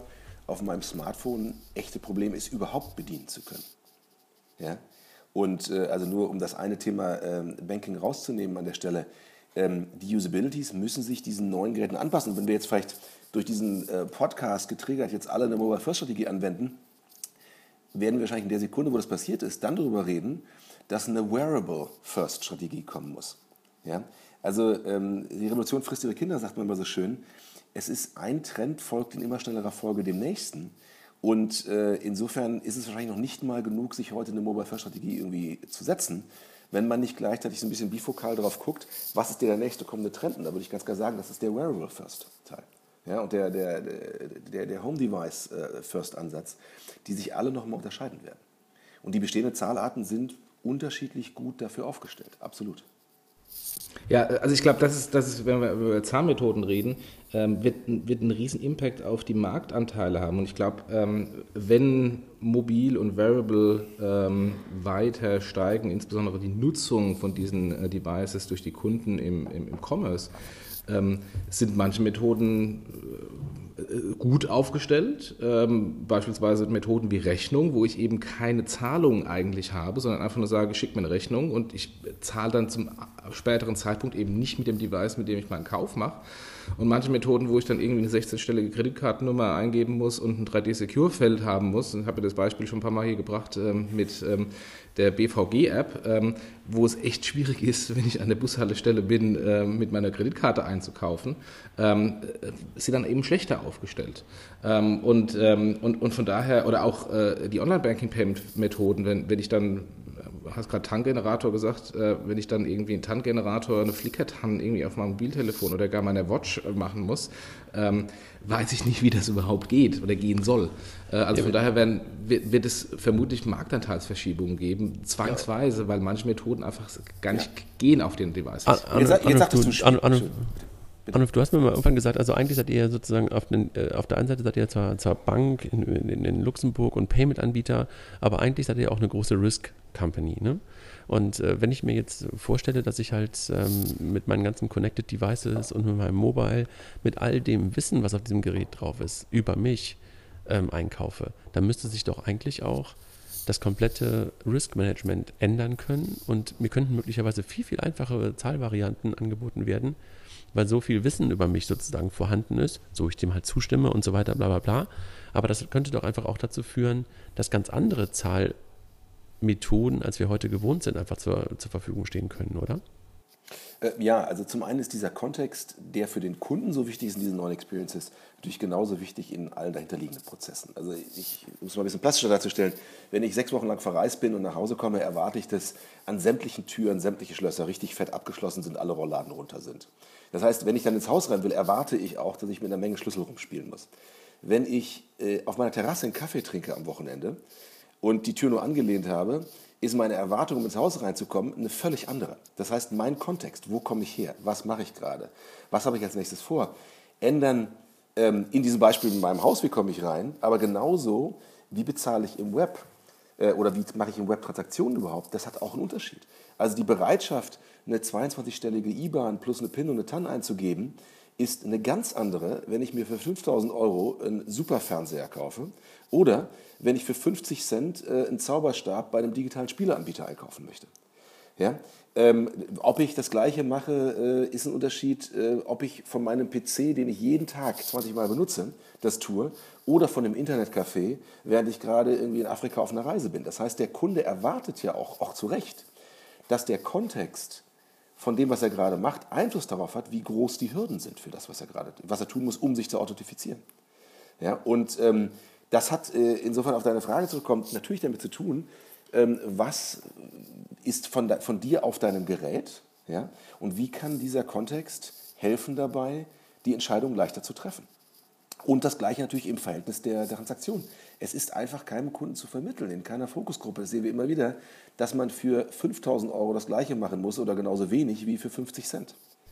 auf meinem Smartphone echte Probleme ist, überhaupt bedienen zu können. Ja? Und also nur um das eine Thema Banking rauszunehmen an der Stelle, die Usabilities müssen sich diesen neuen Geräten anpassen. Und wenn wir jetzt vielleicht durch diesen Podcast getriggert jetzt alle eine Mobile First Strategie anwenden, werden wir wahrscheinlich in der Sekunde, wo das passiert ist, dann darüber reden, dass eine Wearable First Strategie kommen muss. Ja? Also die Revolution frisst ihre Kinder, sagt man immer so schön. Es ist ein Trend, folgt in immer schnellerer Folge dem nächsten. Und insofern ist es wahrscheinlich noch nicht mal genug, sich heute eine Mobile First Strategie irgendwie zu setzen, wenn man nicht gleichzeitig so ein bisschen bifokal drauf guckt, was ist der nächste kommende Trend. Und da würde ich ganz klar sagen, das ist der Wearable First Teil. Ja, und der Home Device First Ansatz, die sich alle nochmal unterscheiden werden. Und die bestehenden Zahlarten sind unterschiedlich gut dafür aufgestellt, absolut. Ja, also ich glaube, das ist, wenn wir über Zahlmethoden reden, wird einen riesen Impact auf die Marktanteile haben. Und ich glaube, wenn Mobil und Wearable weiter steigen, insbesondere die Nutzung von diesen Devices durch die Kunden im Commerce, sind manche Methoden gut aufgestellt, beispielsweise Methoden wie Rechnung, wo ich eben keine Zahlung eigentlich habe, sondern einfach nur sage, schick mir eine Rechnung und ich zahle dann zum späteren Zeitpunkt eben nicht mit dem Device, mit dem ich meinen Kauf mache. Und manche Methoden, wo ich dann irgendwie eine 16-stellige Kreditkartennummer eingeben muss und ein 3D-Secure-Feld haben muss, und ich habe das Beispiel schon ein paar Mal hier gebracht mit der BVG-App, wo es echt schwierig ist, wenn ich an der Bushaltestelle bin, mit meiner Kreditkarte einzukaufen, ist sie dann eben schlechter aufgestellt. Und von daher, oder auch die Online-Banking-Payment-Methoden, wenn ich dann, du hast gerade TAN-Generator gesagt, wenn ich dann irgendwie einen TAN-Generator, eine Flickr-TAN irgendwie auf meinem Mobiltelefon oder gar meiner Watch machen muss, weiß ich nicht, wie das überhaupt geht oder gehen soll. Also von daher wird es vermutlich Marktanteilsverschiebungen geben, zwangsweise, weil manche Methoden einfach gar nicht gehen auf den Devices. Arnulf, du hast mir mal irgendwann gesagt, also eigentlich seid ihr sozusagen auf der einen Seite seid ihr zwar Bank in Luxemburg und Payment-Anbieter, aber eigentlich seid ihr auch eine große Risk-Company, ne? Und wenn ich mir jetzt vorstelle, dass ich halt mit meinen ganzen Connected Devices und mit meinem Mobile, mit all dem Wissen, was auf diesem Gerät drauf ist, über mich einkaufe, dann müsste sich doch eigentlich auch das komplette Risk-Management ändern können und mir könnten möglicherweise viel, viel einfachere Zahlvarianten angeboten werden, weil so viel Wissen über mich sozusagen vorhanden ist, so ich dem halt zustimme und so weiter, bla bla bla. Aber das könnte doch einfach auch dazu führen, dass ganz andere Zahlmethoden, als wir heute gewohnt sind, einfach zur Verfügung stehen können, oder? Ja, also zum einen ist dieser Kontext, der für den Kunden so wichtig ist in diesen neuen Experiences, natürlich genauso wichtig in allen dahinterliegenden Prozessen. Also ich muss mal ein bisschen plastischer darzustellen, wenn ich 6 Wochen lang verreist bin und nach Hause komme, erwarte ich, dass an sämtlichen Türen, sämtliche Schlösser richtig fett abgeschlossen sind, alle Rollladen runter sind. Das heißt, wenn ich dann ins Haus rein will, erwarte ich auch, dass ich mit einer Menge Schlüssel rumspielen muss. Wenn ich auf meiner Terrasse einen Kaffee trinke am Wochenende und die Tür nur angelehnt habe, ist meine Erwartung, um ins Haus reinzukommen, eine völlig andere. Das heißt, mein Kontext, wo komme ich her, was mache ich gerade, was habe ich als nächstes vor, ändern in diesem Beispiel in meinem Haus, wie komme ich rein, aber genauso, wie bezahle ich im Web oder wie mache ich im Web Transaktionen überhaupt, das hat auch einen Unterschied. Also die Bereitschaft, eine 22-stellige IBAN plus eine PIN und eine TAN einzugeben, ist eine ganz andere, wenn ich mir für 5.000 € einen Superfernseher kaufe oder wenn ich für 50 Cent einen Zauberstab bei einem digitalen Spieleanbieter einkaufen möchte. Ja? Ob ich das Gleiche mache, ist ein Unterschied, ob ich von meinem PC, den ich jeden Tag 20 Mal benutze, das tue, oder von einem Internetcafé, während ich gerade irgendwie in Afrika auf einer Reise bin. Das heißt, der Kunde erwartet ja auch zu Recht, dass der Kontext von dem, was er gerade macht, Einfluss darauf hat, wie groß die Hürden sind für das, was er tun muss, um sich zu authentifizieren. Ja, und das hat insofern auf deine Frage zurückkommt, natürlich damit zu tun, was ist von dir auf deinem Gerät, ja, und wie kann dieser Kontext helfen dabei, die Entscheidung leichter zu treffen. Und das Gleiche natürlich im Verhältnis der Transaktion. Es ist einfach keinem Kunden zu vermitteln, in keiner Fokusgruppe. Das sehen wir immer wieder, dass man für 5.000 € das Gleiche machen muss oder genauso wenig wie für 50 Cent.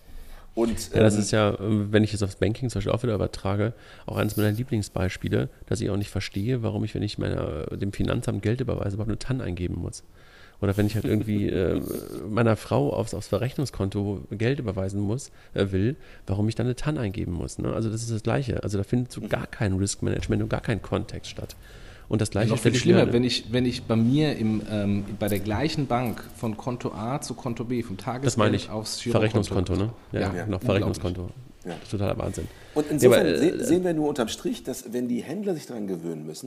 Und, das ist ja, wenn ich es aufs Banking zum Beispiel auch wieder übertrage, auch eines meiner Lieblingsbeispiele, dass ich auch nicht verstehe, warum ich, wenn ich dem Finanzamt Geld überweise, überhaupt eine TAN eingeben muss. Oder wenn ich halt irgendwie meiner Frau aufs Verrechnungskonto Geld überweisen will, warum ich dann eine TAN eingeben muss. Ne? Also das ist das Gleiche. Also da findet so gar kein Risk-Management und gar kein Kontext statt. Und das Gleiche Noch viel stelle ich schlimmer, mir... wenn ich bei mir bei der gleichen Bank von Konto A zu Konto B, vom Das meine ich, Tagesgeld aufs Verrechnungskonto, ne? Ja, genau, Verrechnungskonto. Ja. Das ist totaler Wahnsinn. Und insofern Ja, aber, sehen wir nur unterm Strich, dass wenn die Händler sich daran gewöhnen müssen,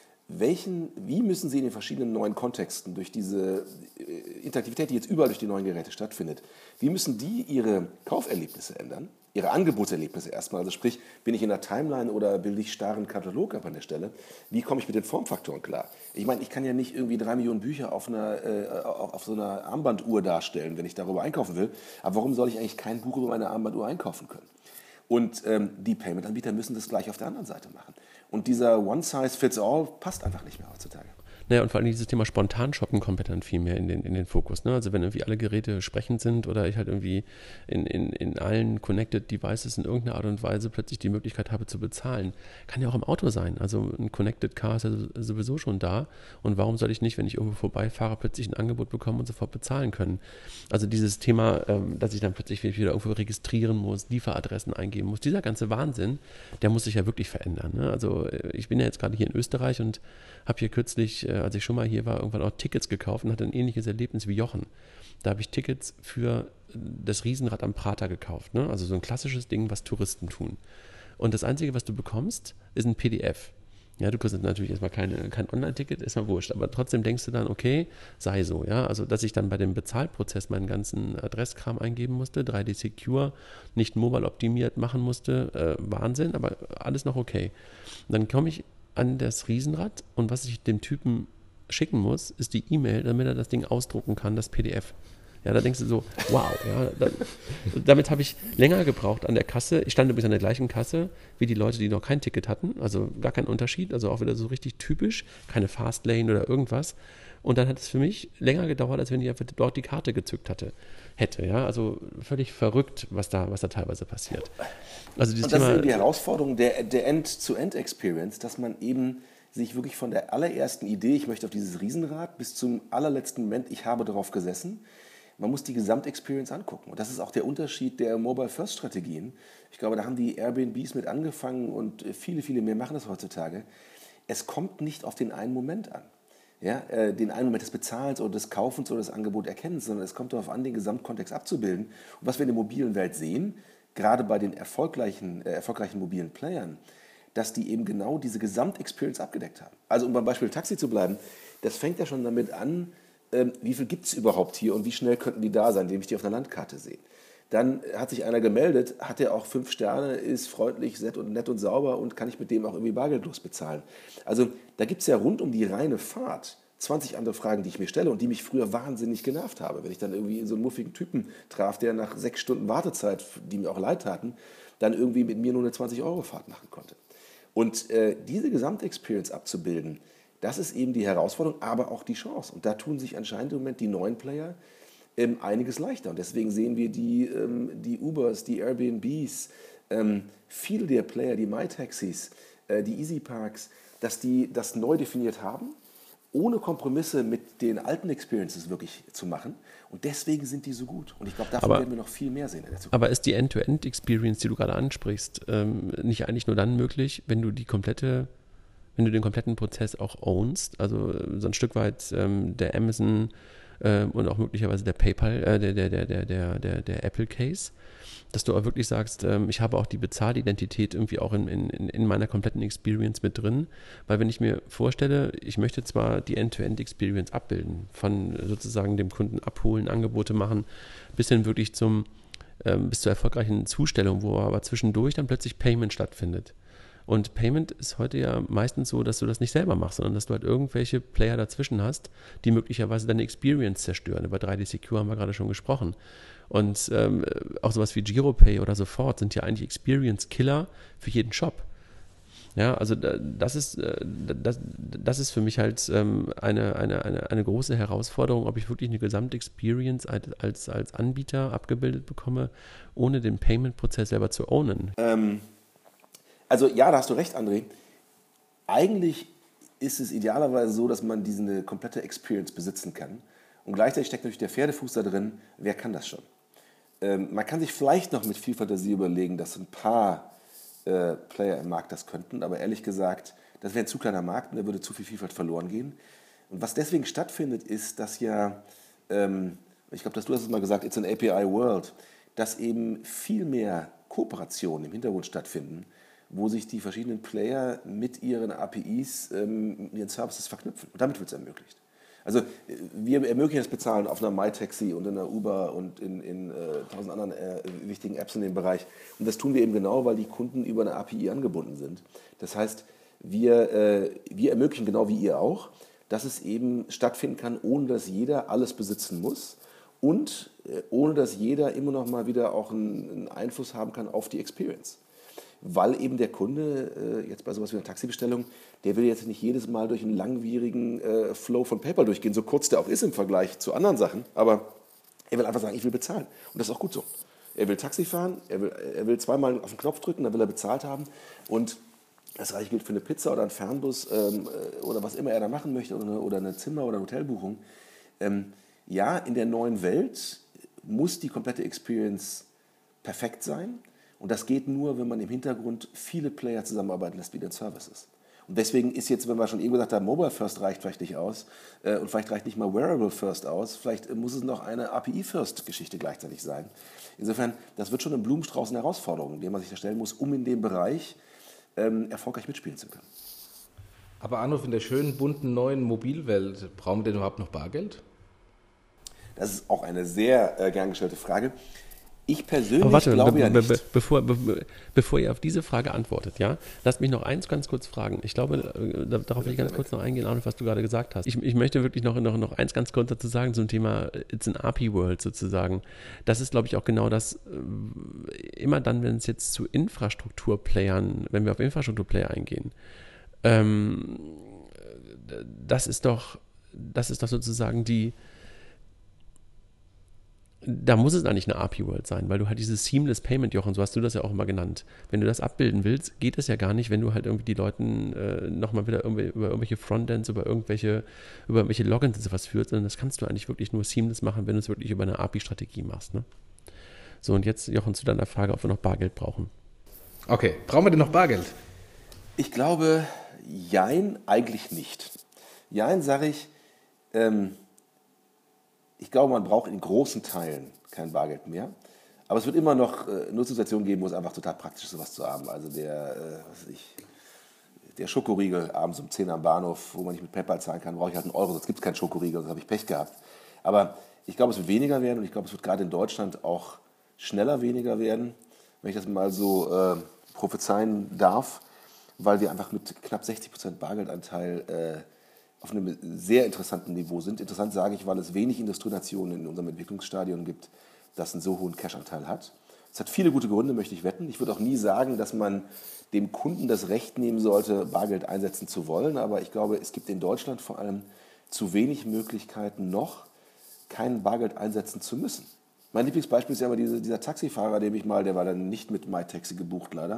wie müssen sie in den verschiedenen neuen Kontexten durch diese Interaktivität, die jetzt überall durch die neuen Geräte stattfindet, wie müssen die ihre Kauferlebnisse ändern, ihre Angebotserlebnisse erstmal, also sprich, bin ich in der Timeline oder bilde ich starren Katalog ab an der Stelle, wie komme ich mit den Formfaktoren klar? Ich meine, ich kann ja nicht irgendwie 3 Millionen Bücher auf so einer Armbanduhr darstellen, wenn ich darüber einkaufen will, aber warum soll ich eigentlich kein Buch über meine Armbanduhr einkaufen können? Und die Payment-Anbieter müssen das gleich auf der anderen Seite machen. Und dieser One-Size-Fits-All passt einfach nicht mehr heutzutage. Naja, und vor allem dieses Thema Spontan-Shoppen kommt dann viel mehr in den Fokus. Ne? Also wenn irgendwie alle Geräte sprechend sind oder ich halt irgendwie in allen Connected Devices in irgendeiner Art und Weise plötzlich die Möglichkeit habe zu bezahlen. Kann ja auch im Auto sein. Also ein Connected Car ist ja sowieso schon da. Und warum soll ich nicht, wenn ich irgendwo vorbeifahre, plötzlich ein Angebot bekommen und sofort bezahlen können? Also dieses Thema, dass ich dann plötzlich wieder irgendwo registrieren muss, Lieferadressen eingeben muss, dieser ganze Wahnsinn, der muss sich ja wirklich verändern. Ne? Also ich bin ja jetzt gerade hier in Österreich und habe hier kürzlich, als ich schon mal hier war, irgendwann auch Tickets gekauft und hatte ein ähnliches Erlebnis wie Jochen. Da habe ich Tickets für das Riesenrad am Prater gekauft. Ne? Also so ein klassisches Ding, was Touristen tun. Und das Einzige, was du bekommst, ist ein PDF. Ja, du kriegst natürlich erstmal kein Online-Ticket, ist mal wurscht. Aber trotzdem denkst du dann, okay, sei so. Ja, also dass ich dann bei dem Bezahlprozess meinen ganzen Adresskram eingeben musste, 3D Secure, nicht mobile optimiert machen musste, Wahnsinn, aber alles noch okay. Und dann komme ich an das Riesenrad und was ich dem Typen schicken muss, ist die E-Mail, damit er das Ding ausdrucken kann, das PDF. Ja, da denkst du so, wow, ja, damit habe ich länger gebraucht an der Kasse. Ich stand übrigens an der gleichen Kasse wie die Leute, die noch kein Ticket hatten, also gar kein Unterschied, also auch wieder so richtig typisch, keine Fastlane oder irgendwas. Und dann hat es für mich länger gedauert, als wenn ich einfach dort die Karte gezückt hätte. Ja, also völlig verrückt, was da teilweise passiert. Also dieses und das Thema, ist eben die Herausforderung der End-to-End-Experience, dass man eben sich wirklich von der allerersten Idee, ich möchte auf dieses Riesenrad, bis zum allerletzten Moment, ich habe darauf gesessen, man muss die Gesamtexperience angucken. Und das ist auch der Unterschied der Mobile-First-Strategien. Ich glaube, da haben die Airbnbs mit angefangen und viele, viele mehr machen das heutzutage. Es kommt nicht auf den einen Moment an. Ja, den einen Moment des Bezahlens oder des Kaufens oder des Angeboterkennens, sondern es kommt darauf an, den Gesamtkontext abzubilden. Und was wir in der mobilen Welt sehen, gerade bei den erfolgreichen mobilen Playern, dass die eben genau diese Gesamtexperience abgedeckt haben. Also um beim Beispiel Taxi zu bleiben, das fängt ja schon damit an, wie viel gibt es überhaupt hier und wie schnell könnten die da sein, indem ich die auf einer Landkarte sehe. Dann hat sich einer gemeldet, hat er auch 5 Sterne, ist freundlich, nett und sauber und kann ich mit dem auch irgendwie bargeldlos bezahlen. Also da gibt es ja rund um die reine Fahrt 20 andere Fragen, die ich mir stelle und die mich früher wahnsinnig genervt haben. Wenn ich dann irgendwie so einen muffigen Typen traf, der nach 6 Stunden Wartezeit, die mir auch leid taten, dann irgendwie mit mir nur eine 20-Euro-Fahrt machen konnte. Und diese Gesamtexperience abzubilden, das ist eben die Herausforderung, aber auch die Chance. Und da tun sich anscheinend im Moment die neuen Player einiges leichter. Und deswegen sehen wir die Ubers, die Airbnbs, viele der Player, die MyTaxis, die EasyParks, dass die das neu definiert haben, ohne Kompromisse mit den alten Experiences wirklich zu machen. Und deswegen sind die so gut. Und ich glaube, davon werden wir noch viel mehr sehen in der Zukunft. Aber ist die End-to-End-Experience, die du gerade ansprichst, nicht eigentlich nur dann möglich, wenn du den kompletten Prozess auch ownst? Also so ein Stück weit der Amazon und auch möglicherweise der PayPal, der Apple Case, dass du auch wirklich sagst, ich habe auch die Bezahlidentität irgendwie auch in meiner kompletten Experience mit drin, weil wenn ich mir vorstelle, ich möchte zwar die End-to-End-Experience abbilden, von sozusagen dem Kunden abholen, Angebote machen, bis hin wirklich bis zur erfolgreichen Zustellung, wo aber zwischendurch dann plötzlich Payment stattfindet. Und Payment ist heute ja meistens so, dass du das nicht selber machst, sondern dass du halt irgendwelche Player dazwischen hast, die möglicherweise deine Experience zerstören. Über 3D Secure haben wir gerade schon gesprochen. Und auch sowas wie Giropay oder Sofort sind ja eigentlich Experience-Killer für jeden Shop. Ja, also das ist für mich halt eine große Herausforderung, ob ich wirklich eine Gesamtexperience als Anbieter abgebildet bekomme, ohne den Payment-Prozess selber zu ownen. Also ja, da hast du recht, André. Eigentlich ist es idealerweise so, dass man diese komplette Experience besitzen kann Und gleichzeitig steckt natürlich der Pferdefuß da drin. Wer kann das schon? Man kann sich vielleicht noch mit viel Fantasie überlegen, dass ein paar Player im Markt das könnten, aber ehrlich gesagt, das wäre ein zu kleiner Markt und da würde zu viel Vielfalt verloren gehen. Und was deswegen stattfindet, ist, dass ja, ich glaube, du hast es mal gesagt, it's an API world, dass eben viel mehr Kooperationen im Hintergrund stattfinden, wo sich die verschiedenen Player mit ihren APIs, ihren Services verknüpfen. Und damit wird es ermöglicht. Also wir ermöglichen das Bezahlen auf einer MyTaxi und in einer Uber und in 1000 anderen wichtigen Apps in dem Bereich. Und das tun wir eben genau, weil die Kunden über eine API angebunden sind. Das heißt, wir ermöglichen genau wie ihr auch, dass es eben stattfinden kann, ohne dass jeder alles besitzen muss und ohne dass jeder immer noch mal wieder auch einen Einfluss haben kann auf die Experience. Weil eben der Kunde, jetzt bei sowas wie einer Taxibestellung, der will jetzt nicht jedes Mal durch einen langwierigen Flow von PayPal durchgehen, so kurz der auch ist im Vergleich zu anderen Sachen, aber er will einfach sagen, ich will bezahlen. Und das ist auch gut so. Er will Taxi fahren, er will zweimal auf den Knopf drücken, dann will er bezahlt haben. Und das gleiche gilt für eine Pizza oder einen Fernbus oder was immer er da machen möchte oder eine Zimmer- oder Hotelbuchung. Ja, in der neuen Welt muss die komplette Experience perfekt sein. Und das geht nur, wenn man im Hintergrund viele Player zusammenarbeiten lässt, wie den Services. Und deswegen ist jetzt, wenn wir schon eben gesagt haben, Mobile First reicht vielleicht nicht aus und vielleicht reicht nicht mal Wearable First aus, vielleicht muss es noch eine API First Geschichte gleichzeitig sein. Insofern, das wird schon ein Blumenstrauß an Herausforderungen, den man sich da stellen muss, um in dem Bereich erfolgreich mitspielen zu können. Aber Arnulf, in der schönen, bunten, neuen Mobilwelt, brauchen wir denn überhaupt noch Bargeld? Das ist auch eine sehr gern gestellte Frage. Ich persönlich glaube ja nicht. Bevor ihr auf diese Frage antwortet, ja, lasst mich noch eins ganz kurz fragen. Ich glaube, darauf will ich ganz kurz noch eingehen, Arnulf, was du gerade gesagt hast. Ich möchte wirklich noch eins ganz kurz dazu sagen zum Thema It's an API World sozusagen. Das ist, glaube ich, auch genau das, immer dann, wenn es jetzt zu Infrastrukturplayern, wenn wir auf Infrastrukturplayer eingehen, das ist doch sozusagen da muss es eigentlich eine API-World sein, weil du halt dieses Seamless Payment, Jochen, so hast du das ja auch immer genannt. Wenn du das abbilden willst, geht es ja gar nicht, wenn du halt irgendwie die Leuten nochmal wieder über irgendwelche Frontends, über irgendwelche Logins und sowas führst, sondern das kannst du eigentlich wirklich nur seamless machen, wenn du es wirklich über eine API-Strategie machst. Ne? So, und jetzt, Jochen, zu deiner Frage, ob wir noch Bargeld brauchen. Okay, brauchen wir denn noch Bargeld? Ich glaube, jein, eigentlich nicht. Jein, sage ich, ich glaube, man braucht in großen Teilen kein Bargeld mehr. Aber es wird immer noch Nutzungssituationen geben, wo es einfach total praktisch ist, sowas zu haben. Also der Schokoriegel abends um 10 am Bahnhof, wo man nicht mit PayPal zahlen kann, brauche ich halt einen Euro, sonst gibt es keinen Schokoriegel, sonst habe ich Pech gehabt. Aber ich glaube, es wird weniger werden und ich glaube, es wird gerade in Deutschland auch schneller weniger werden, wenn ich das mal so prophezeien darf, weil wir einfach mit knapp 60% Bargeldanteil auf einem sehr interessanten Niveau sind. Interessant sage ich, weil es wenig Industrienationen in unserem Entwicklungsstadion gibt, das einen so hohen Cash-Anteil hat. Es hat viele gute Gründe, möchte ich wetten. Ich würde auch nie sagen, dass man dem Kunden das Recht nehmen sollte, Bargeld einsetzen zu wollen, aber ich glaube, es gibt in Deutschland vor allem zu wenig Möglichkeiten noch, kein Bargeld einsetzen zu müssen. Mein Lieblingsbeispiel ist ja immer dieser Taxifahrer, der war dann nicht mit MyTaxi gebucht leider,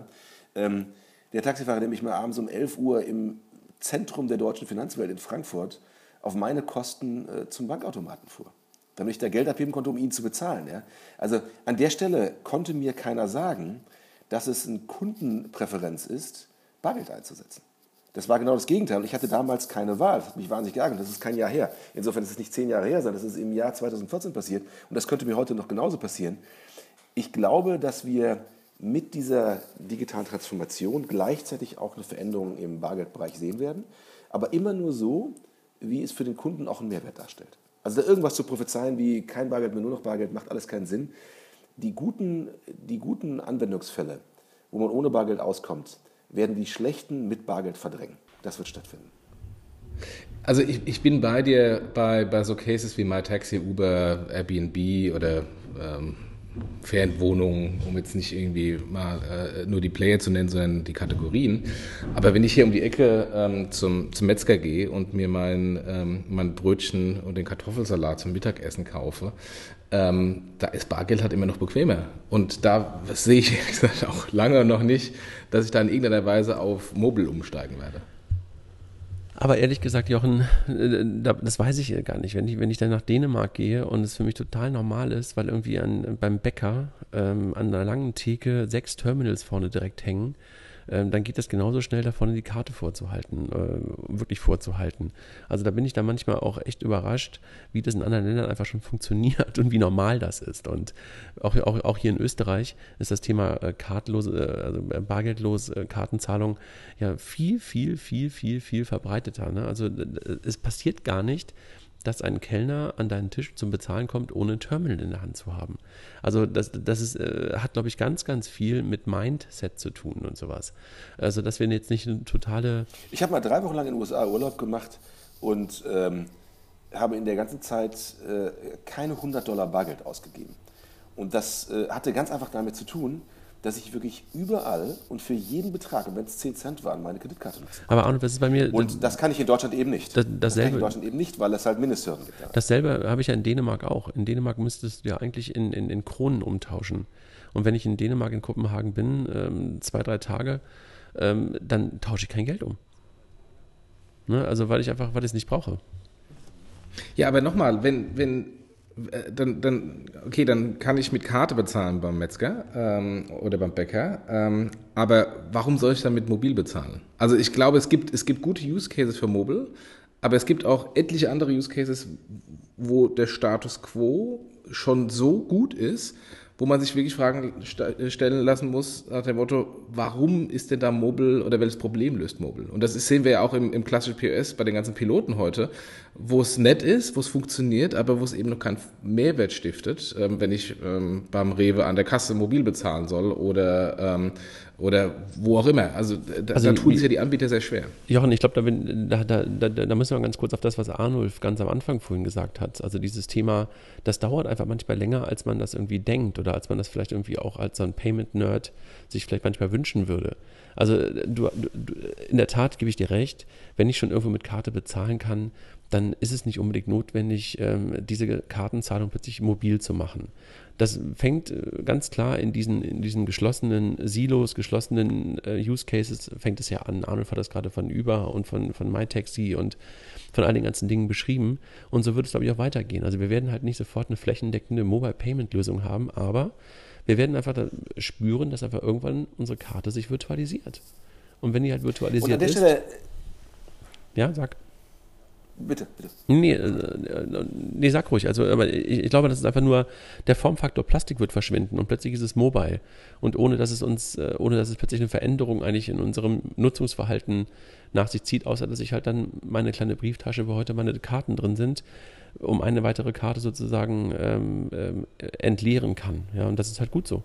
der Taxifahrer, der mich mal abends um 11 Uhr im Zentrum der deutschen Finanzwelt in Frankfurt auf meine Kosten zum Bankautomaten fuhr, damit ich da Geld abheben konnte, um ihn zu bezahlen. Ja? Also an der Stelle konnte mir keiner sagen, dass es eine Kundenpräferenz ist, Bargeld einzusetzen. Das war genau das Gegenteil. Und ich hatte damals keine Wahl. Das hat mich wahnsinnig geärgert. Das ist kein Jahr her. Insofern ist es nicht 10 Jahre her, sondern das ist im Jahr 2014 passiert. Und das könnte mir heute noch genauso passieren. Ich glaube, dass wir mit dieser digitalen Transformation gleichzeitig auch eine Veränderung im Bargeldbereich sehen werden, aber immer nur so, wie es für den Kunden auch einen Mehrwert darstellt. Also da irgendwas zu prophezeien wie kein Bargeld mehr, nur noch Bargeld, macht alles keinen Sinn. Die guten Anwendungsfälle, wo man ohne Bargeld auskommt, werden die schlechten mit Bargeld verdrängen. Das wird stattfinden. Also ich bin bei dir bei so Cases wie MyTaxi, Uber, Airbnb oder Ferienwohnungen, um jetzt nicht irgendwie mal nur die Player zu nennen, sondern die Kategorien. Aber wenn ich hier um die Ecke zum Metzger gehe und mir mein Brötchen und den Kartoffelsalat zum Mittagessen kaufe, da ist Bargeld halt immer noch bequemer. Und da sehe ich ehrlich gesagt auch lange noch nicht, dass ich da in irgendeiner Weise auf Mobile umsteigen werde. Aber ehrlich gesagt, Jochen, das weiß ich gar nicht. Wenn ich dann nach Dänemark gehe und es für mich total normal ist, weil irgendwie beim Bäcker an einer langen Theke 6 Terminals vorne direkt hängen, dann geht das genauso schnell da vorne die Karte vorzuhalten, wirklich vorzuhalten. Also da bin ich dann manchmal auch echt überrascht, wie das in anderen Ländern einfach schon funktioniert und wie normal das ist. Und auch hier in Österreich ist das Thema also bargeldlos Kartenzahlung ja viel, viel, viel, viel, viel verbreiteter. Ne? Also es passiert gar nicht, dass ein Kellner an deinen Tisch zum Bezahlen kommt, ohne ein Terminal in der Hand zu haben. Also das hat, glaube ich, ganz, ganz viel mit Mindset zu tun und sowas. Also dass wir jetzt nicht eine totale... Ich habe mal 3 Wochen lang in den USA Urlaub gemacht und habe in der ganzen Zeit keine $100 Bargeld ausgegeben. Und das hatte ganz einfach damit zu tun, dass ich wirklich überall und für jeden Betrag, und wenn es 10 Cent waren, meine Kreditkarte nutzen konnte. Aber Arno, das ist bei mir... Und das kann ich in Deutschland eben nicht. Das kann ich in Deutschland eben nicht, weil es halt Mindesthürden gibt. Ja. Dasselbe habe ich ja in Dänemark auch. In Dänemark müsstest du ja eigentlich in Kronen umtauschen. Und wenn ich in Dänemark, in Kopenhagen bin, 2-3 Tage, dann tausche ich kein Geld um. Ne? Also weil ich es nicht brauche. Ja, aber nochmal, dann kann ich mit Karte bezahlen beim Metzger oder beim Bäcker, aber warum soll ich dann mit mobil bezahlen? Also ich glaube, es gibt gute Use Cases für Mobile, aber es gibt auch etliche andere Use Cases, wo der Status Quo schon so gut ist, wo man sich wirklich Fragen stellen lassen muss nach dem Motto, warum ist denn da Mobile oder welches Problem löst Mobile? Und das sehen wir ja auch im klassischen POS bei den ganzen Piloten heute, wo es nett ist, wo es funktioniert, aber wo es eben noch keinen Mehrwert stiftet, wenn ich beim Rewe an der Kasse mobil bezahlen soll oder wo auch immer. Also da tun sich ja die Anbieter sehr schwer. Jochen, ich glaube, da müssen wir ganz kurz auf das, was Arnulf ganz am Anfang vorhin gesagt hat. Also dieses Thema, das dauert einfach manchmal länger, als man das irgendwie denkt oder als man das vielleicht irgendwie auch als so ein Payment-Nerd sich vielleicht manchmal wünschen würde. Also du, in der Tat gebe ich dir recht, wenn ich schon irgendwo mit Karte bezahlen kann, dann ist es nicht unbedingt notwendig, diese Kartenzahlung plötzlich mobil zu machen. Das fängt ganz klar in diesen geschlossenen Silos, geschlossenen Use Cases, fängt es ja an. Arnold hat das gerade von Uber und von MyTaxi und von all den ganzen Dingen beschrieben. Und so wird es, glaube ich, auch weitergehen. Also wir werden halt nicht sofort eine flächendeckende Mobile-Payment-Lösung haben, aber wir werden einfach spüren, dass einfach irgendwann unsere Karte sich virtualisiert. Und wenn die halt virtualisiert ist... Ja, sag. Bitte. Nee, sag ruhig. Also, aber ich glaube, das ist einfach nur, der Formfaktor Plastik wird verschwinden und plötzlich ist es mobile. Und ohne dass es plötzlich eine Veränderung eigentlich in unserem Nutzungsverhalten nach sich zieht, außer dass ich halt dann meine kleine Brieftasche, wo heute meine Karten drin sind, um eine weitere Karte sozusagen entleeren kann. Ja, und das ist halt gut so.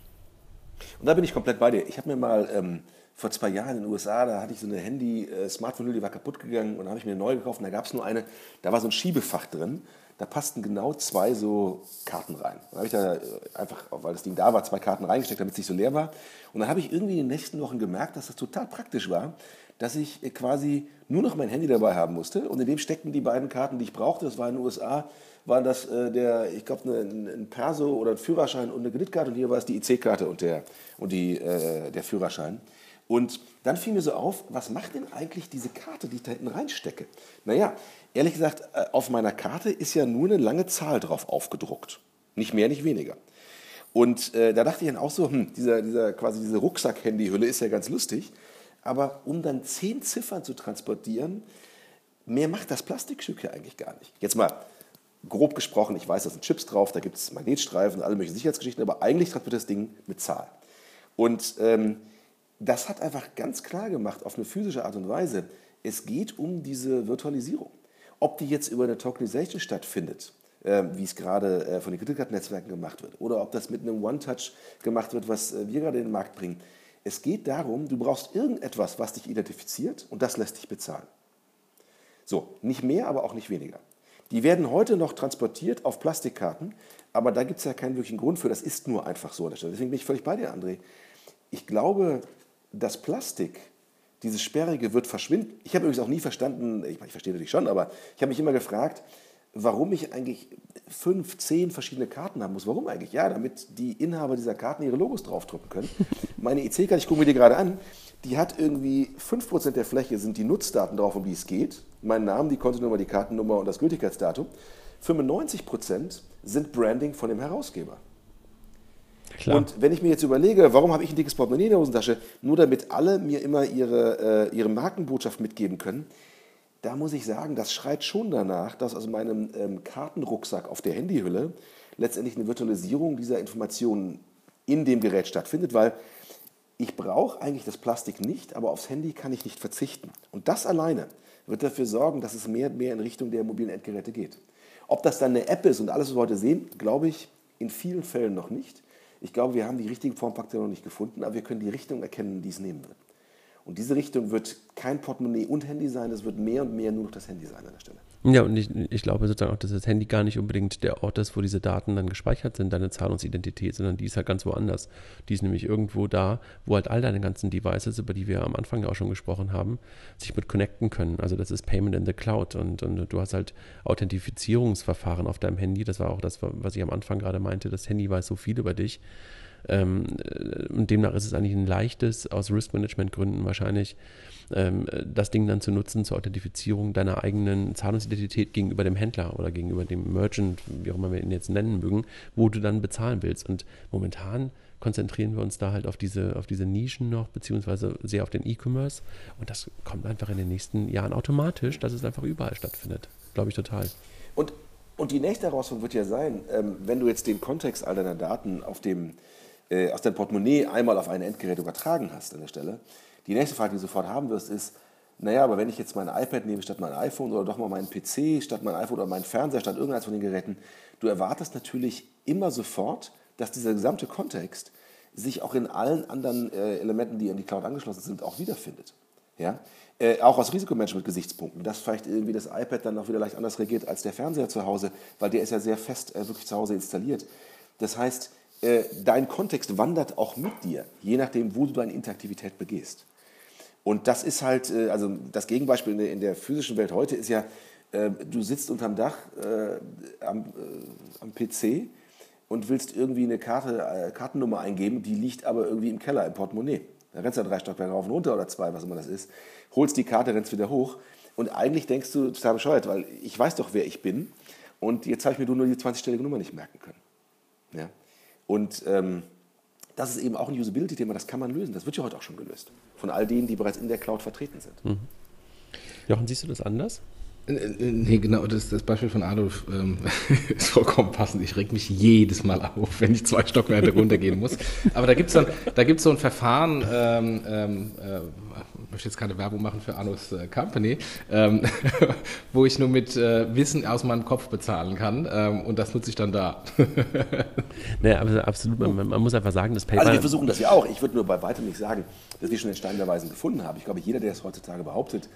Und da bin ich komplett bei dir. Ich habe mir mal vor 2 Jahren in den USA, da hatte ich so eine Smartphone, die war kaputt gegangen und da habe ich mir eine neue gekauft und da gab es nur eine, da war so ein Schiebefach drin, da passten genau 2 so Karten rein. Dann habe ich da einfach, weil das Ding da war, 2 Karten reingesteckt, damit es nicht so leer war. Und dann habe ich irgendwie in den nächsten Wochen gemerkt, dass das total praktisch war, dass ich quasi nur noch mein Handy dabei haben musste und in dem steckten die beiden Karten, die ich brauchte. Das war in den USA, waren das ich glaube, ein Perso oder ein Führerschein und eine Kreditkarte und hier war es die IC-Karte und der Führerschein. Und dann fiel mir so auf, was macht denn eigentlich diese Karte, die ich da hinten reinstecke? Naja, ehrlich gesagt, auf meiner Karte ist ja nur eine lange Zahl drauf aufgedruckt. Nicht mehr, nicht weniger. Und da dachte ich dann auch so, diese Rucksack-Handy-Hülle ist ja ganz lustig, aber um dann 10 Ziffern zu transportieren, mehr macht das Plastikstück ja eigentlich gar nicht. Jetzt mal grob gesprochen, ich weiß, da sind Chips drauf, da gibt es Magnetstreifen, alle möglichen Sicherheitsgeschichten, aber eigentlich transportiert das Ding mit Zahl. Und das hat einfach ganz klar gemacht, auf eine physische Art und Weise, es geht um diese Virtualisierung. Ob die jetzt über eine Tokenization stattfindet, wie es gerade von den Kreditkartennetzwerken gemacht wird, oder ob das mit einem One-Touch gemacht wird, was wir gerade in den Markt bringen. Es geht darum, du brauchst irgendetwas, was dich identifiziert und das lässt dich bezahlen. So, nicht mehr, aber auch nicht weniger. Die werden heute noch transportiert auf Plastikkarten, aber da gibt es ja keinen wirklichen Grund für, das ist nur einfach so an der Stelle. Deswegen bin ich völlig bei dir, André. Ich glaube, das Plastik, dieses Sperrige, wird verschwinden. Ich habe übrigens auch nie verstanden, ich verstehe natürlich schon, aber ich habe mich immer gefragt, warum ich eigentlich 5, 10 verschiedene Karten haben muss. Warum eigentlich? Ja, damit die Inhaber dieser Karten ihre Logos draufdrucken können. Meine EC-Karte, ich gucke mir die gerade an, die hat irgendwie 5% der Fläche sind die Nutzdaten drauf, um die es geht. Mein Name, die Kontonummer, die Kartennummer und das Gültigkeitsdatum. 95% sind Branding von dem Herausgeber. Klar. Und wenn ich mir jetzt überlege, warum habe ich ein dickes Portemonnaie in der Hosentasche, nur damit alle mir immer ihre Markenbotschaft mitgeben können, da muss ich sagen, das schreit schon danach, dass aus meinem Kartenrucksack auf der Handyhülle letztendlich eine Virtualisierung dieser Informationen in dem Gerät stattfindet, weil ich brauche eigentlich das Plastik nicht, aber aufs Handy kann ich nicht verzichten. Und das alleine wird dafür sorgen, dass es mehr und mehr in Richtung der mobilen Endgeräte geht. Ob das dann eine App ist und alles, was wir heute sehen, glaube ich in vielen Fällen noch nicht. Ich glaube, wir haben die richtigen Formfaktoren noch nicht gefunden, aber wir können die Richtung erkennen, die es nehmen wird. Und diese Richtung wird kein Portemonnaie und Handy sein, es wird mehr und mehr nur noch das Handy sein an der Stelle. Ja, und ich glaube sozusagen auch, dass das Handy gar nicht unbedingt der Ort ist, wo diese Daten dann gespeichert sind, deine Zahlungsidentität, sondern die ist halt ganz woanders. Die ist nämlich irgendwo da, wo halt all deine ganzen Devices, über die wir am Anfang ja auch schon gesprochen haben, sich mit connecten können. Also das ist Payment in the Cloud und du hast halt Authentifizierungsverfahren auf deinem Handy. Das war auch das, was ich am Anfang gerade meinte. Das Handy weiß so viel über dich. Und demnach ist es eigentlich ein leichtes, aus Risk-Management-Gründen wahrscheinlich, das Ding dann zu nutzen zur Authentifizierung deiner eigenen Zahlungsidentität gegenüber dem Händler oder gegenüber dem Merchant, wie auch immer wir ihn jetzt nennen mögen, wo du dann bezahlen willst. Und momentan konzentrieren wir uns da halt auf diese Nischen noch, beziehungsweise sehr auf den E-Commerce. Und das kommt einfach in den nächsten Jahren automatisch, dass es einfach überall stattfindet. Glaube ich total. Und die nächste Herausforderung wird ja sein, wenn du jetzt den Kontext all deiner Daten aus deinem Portemonnaie einmal auf ein Endgerät übertragen hast an der Stelle. Die nächste Frage, die du sofort haben wirst, ist, naja, aber wenn ich jetzt mein iPad nehme statt mein iPhone oder doch mal meinen PC statt mein iPhone oder meinen Fernseher statt irgendeines von den Geräten, du erwartest natürlich immer sofort, dass dieser gesamte Kontext sich auch in allen anderen Elementen, die an die Cloud angeschlossen sind, auch wiederfindet. Ja? Auch aus Risikomanagement-Gesichtspunkten, dass vielleicht irgendwie das iPad dann auch wieder leicht anders reagiert als der Fernseher zu Hause, weil der ist ja sehr fest wirklich zu Hause installiert. Das heißt, dein Kontext wandert auch mit dir, je nachdem, wo du deine Interaktivität begehst. Und das ist halt, also das Gegenbeispiel in der physischen Welt heute ist ja, du sitzt unterm Dach am PC und willst irgendwie eine Kartennummer eingeben, die liegt aber irgendwie im Keller, im Portemonnaie. Da rennst du 3 Stockwerke rauf und runter oder 2, was immer das ist, holst die Karte, rennst wieder hoch und eigentlich denkst du, total bescheuert, weil ich weiß doch, wer ich bin und jetzt habe ich mir nur die 20-stellige Nummer nicht merken können. Ja? Und das ist eben auch ein Usability-Thema, das kann man lösen. Das wird ja heute auch schon gelöst. Von all denen, die bereits in der Cloud vertreten sind. Mhm. Jochen, siehst du das anders? Nee, genau, das Beispiel von Adolf ist vollkommen passend. Ich reg mich jedes Mal auf, wenn ich 2 Stockwerke runtergehen muss. Aber da gibt's so ein Verfahren, ich möchte jetzt keine Werbung machen für Arnos Company, wo ich nur mit Wissen aus meinem Kopf bezahlen kann und das nutze ich dann da. Naja, aber absolut, man muss einfach sagen, das PayPal... Also wir versuchen das ja auch. Ich würde nur bei weitem nicht sagen, dass wir schon den Stein der Weisen gefunden haben. Ich glaube, jeder, der es heutzutage behauptet,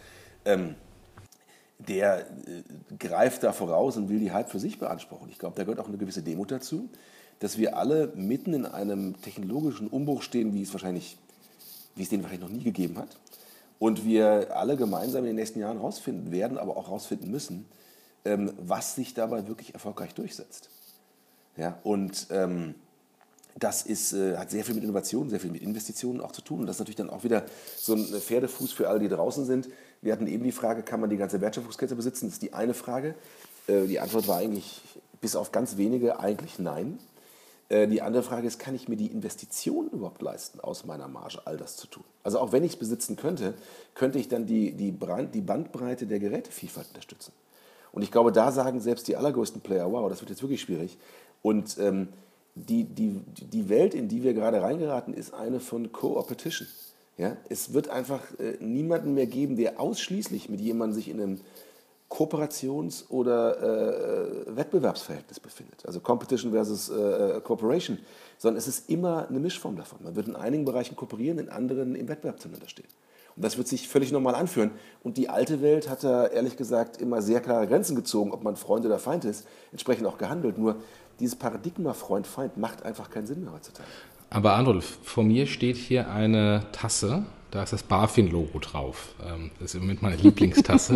der greift da voraus und will die Hype für sich beanspruchen. Ich glaube, da gehört auch eine gewisse Demut dazu, dass wir alle mitten in einem technologischen Umbruch stehen, wie es den wahrscheinlich noch nie gegeben hat. Und wir alle gemeinsam in den nächsten Jahren rausfinden werden, aber auch rausfinden müssen, was sich dabei wirklich erfolgreich durchsetzt. Ja, und das hat sehr viel mit Innovation, sehr viel mit Investitionen auch zu tun. Und das ist natürlich dann auch wieder so ein Pferdefuß für alle, die draußen sind. Wir hatten eben die Frage, kann man die ganze Wertschöpfungskette besitzen? Das ist die eine Frage. Die Antwort war eigentlich, bis auf ganz wenige, eigentlich nein. Die andere Frage ist, kann ich mir die Investition überhaupt leisten, aus meiner Marge all das zu tun? Also auch wenn ich es besitzen könnte, könnte ich dann die Bandbreite der Gerätevielfalt unterstützen. Und ich glaube, da sagen selbst die allergrößten Player, wow, das wird jetzt wirklich schwierig. Und die Welt, in die wir gerade reingeraten, ist eine von Co-Opetition. Ja? Es wird einfach niemanden mehr geben, der ausschließlich mit jemandem sich in einem Kooperations- oder Wettbewerbsverhältnis befindet. Also Competition versus Cooperation. Sondern es ist immer eine Mischform davon. Man wird in einigen Bereichen kooperieren, in anderen im Wettbewerb zueinander stehen. Und das wird sich völlig normal anführen. Und die alte Welt hat da ehrlich gesagt immer sehr klare Grenzen gezogen, ob man Freund oder Feind ist, entsprechend auch gehandelt. Nur dieses Paradigma Freund-Feind macht einfach keinen Sinn mehr heutzutage. Aber Adolf, vor mir steht hier eine Tasse Da ist das BaFin-Logo drauf. Das ist im Moment meine Lieblingstasse.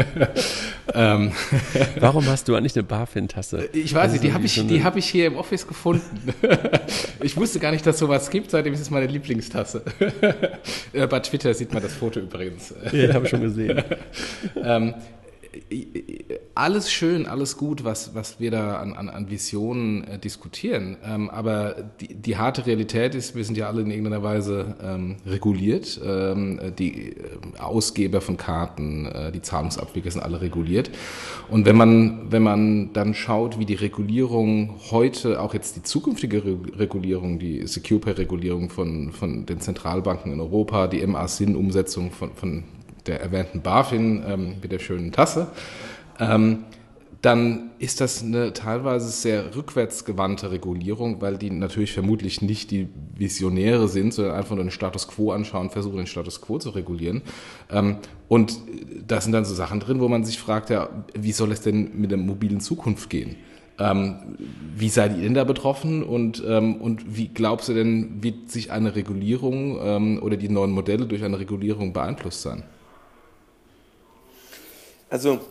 Warum hast du eigentlich eine BaFin-Tasse? Ich weiß nicht, die hab ich hier im Office gefunden. Ich wusste gar nicht, dass es sowas gibt, seitdem ist es meine Lieblingstasse. Bei Twitter sieht man das Foto übrigens. Ja, habe ich schon gesehen. Alles schön, alles gut, was wir da an Visionen diskutieren. Aber die harte Realität ist, wir sind ja alle in irgendeiner Weise reguliert. Die Ausgeber von Karten, die Zahlungsabwickler sind alle reguliert. Und wenn man dann schaut, wie die Regulierung heute, auch jetzt die zukünftige Regulierung, die Secure-Pay-Regulierung von den Zentralbanken in Europa, die MA-SIN-Umsetzung von der erwähnten BaFin mit der schönen Tasse, dann ist das eine teilweise sehr rückwärtsgewandte Regulierung, weil die natürlich vermutlich nicht die Visionäre sind, sondern einfach nur den Status Quo anschauen, versuchen den Status Quo zu regulieren. Und da sind dann so Sachen drin, wo man sich fragt, ja, wie soll es denn mit der mobilen Zukunft gehen? Wie seid ihr denn da betroffen und wie glaubst du denn, wird sich eine Regulierung oder die neuen Modelle durch eine Regulierung beeinflusst sein? Also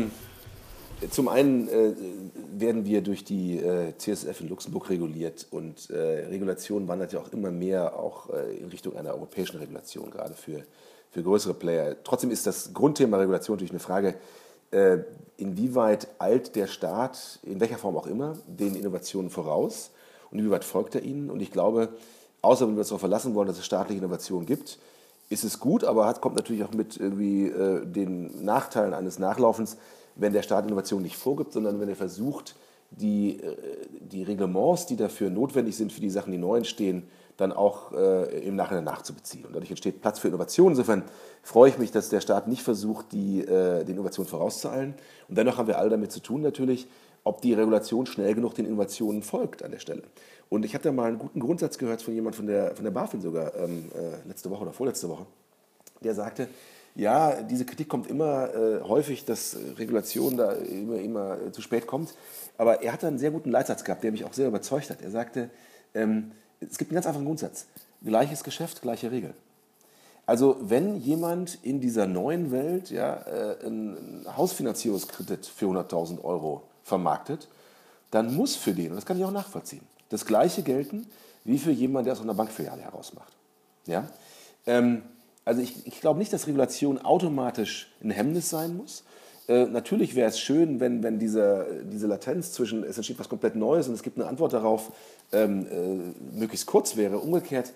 zum einen werden wir durch die CSF in Luxemburg reguliert und Regulation wandert ja auch immer mehr auch in Richtung einer europäischen Regulation, gerade für größere Player. Trotzdem ist das Grundthema Regulation natürlich eine Frage, inwieweit eilt der Staat, in welcher Form auch immer, den Innovationen voraus und inwieweit folgt er ihnen. Und ich glaube, außer wenn wir uns darauf verlassen wollen, dass es staatliche Innovationen gibt, ist es gut, aber kommt natürlich auch mit irgendwie den Nachteilen eines Nachlaufens, wenn der Staat Innovation nicht vorgibt, sondern wenn er versucht, die Reglements, die dafür notwendig sind, für die Sachen, die neu entstehen, dann auch im Nachhinein nachzubeziehen. Und dadurch entsteht Platz für Innovation. Insofern freue ich mich, dass der Staat nicht versucht, die Innovation vorauszueilen. Und dennoch haben wir alle damit zu tun natürlich, ob die Regulation schnell genug den Innovationen folgt an der Stelle. Und ich habe da mal einen guten Grundsatz gehört von jemandem von der BaFin sogar, letzte Woche oder vorletzte Woche, der sagte, ja, diese Kritik kommt immer häufig, dass Regulation da immer zu spät kommt. Aber er hat einen sehr guten Leitsatz gehabt, der mich auch sehr überzeugt hat. Er sagte, es gibt einen ganz einfachen Grundsatz. Gleiches Geschäft, gleiche Regel. Also wenn jemand in dieser neuen Welt einen Hausfinanzierungskredit für 100.000 Euro vermarktet, dann muss für den, und das kann ich auch nachvollziehen, das Gleiche gelten wie für jemanden, der es aus einer Bankfiliale heraus macht. Ja? Also ich glaube nicht, dass Regulation automatisch ein Hemmnis sein muss. Natürlich wäre es schön, wenn diese Latenz zwischen, es entsteht was komplett Neues und es gibt eine Antwort darauf, möglichst kurz wäre. Umgekehrt,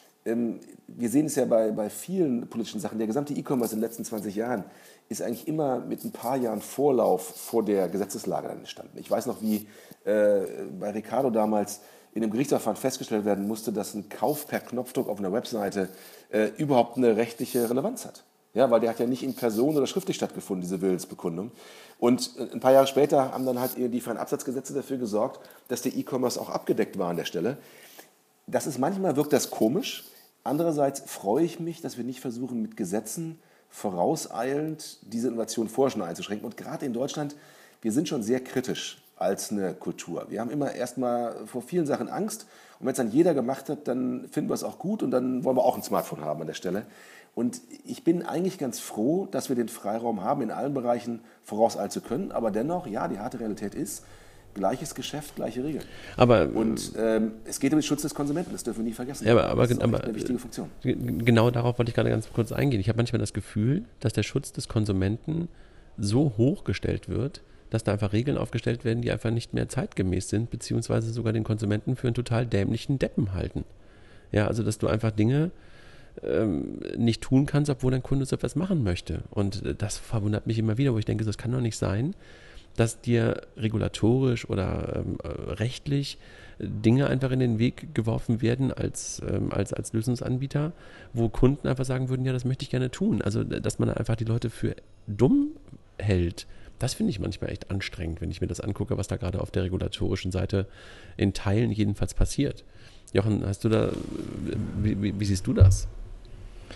wir sehen es ja bei vielen politischen Sachen, der gesamte E-Commerce in den letzten 20 Jahren ist eigentlich immer mit ein paar Jahren Vorlauf vor der Gesetzeslage dann entstanden. Ich weiß noch, wie bei Ricardo damals in dem Gerichtsverfahren festgestellt werden musste, dass ein Kauf per Knopfdruck auf einer Webseite überhaupt eine rechtliche Relevanz hat. Ja, weil der hat ja nicht in Person oder schriftlich stattgefunden, diese Willensbekundung. Und ein paar Jahre später haben dann halt die Fernabsatzgesetze dafür gesorgt, dass der E-Commerce auch abgedeckt war an der Stelle. Manchmal wirkt das komisch. Andererseits freue ich mich, dass wir nicht versuchen, mit Gesetzen vorauseilend diese Innovation vorher schon einzuschränken. Und gerade in Deutschland, wir sind schon sehr kritisch als eine Kultur. Wir haben immer erstmal vor vielen Sachen Angst. Und wenn es dann jeder gemacht hat, dann finden wir es auch gut und dann wollen wir auch ein Smartphone haben an der Stelle. Und ich bin eigentlich ganz froh, dass wir den Freiraum haben, in allen Bereichen vorauseilen zu können. Aber dennoch, ja, die harte Realität ist, gleiches Geschäft, gleiche Regeln. Und es geht um den Schutz des Konsumenten, das dürfen wir nie vergessen. Ja, aber das ist eine wichtige Funktion. Genau darauf wollte ich gerade ganz kurz eingehen. Ich habe manchmal das Gefühl, dass der Schutz des Konsumenten so hochgestellt wird, dass da einfach Regeln aufgestellt werden, die einfach nicht mehr zeitgemäß sind, beziehungsweise sogar den Konsumenten für einen total dämlichen Deppen halten. Ja, also dass du einfach Dinge nicht tun kannst, obwohl dein Kunde so etwas machen möchte. Und das verwundert mich immer wieder, wo ich denke, das kann doch nicht sein, dass dir regulatorisch oder rechtlich Dinge einfach in den Weg geworfen werden als Lösungsanbieter, wo Kunden einfach sagen würden, ja, das möchte ich gerne tun. Also, dass man einfach die Leute für dumm hält, das finde ich manchmal echt anstrengend, wenn ich mir das angucke, was da gerade auf der regulatorischen Seite in Teilen jedenfalls passiert. Jochen, wie siehst du das?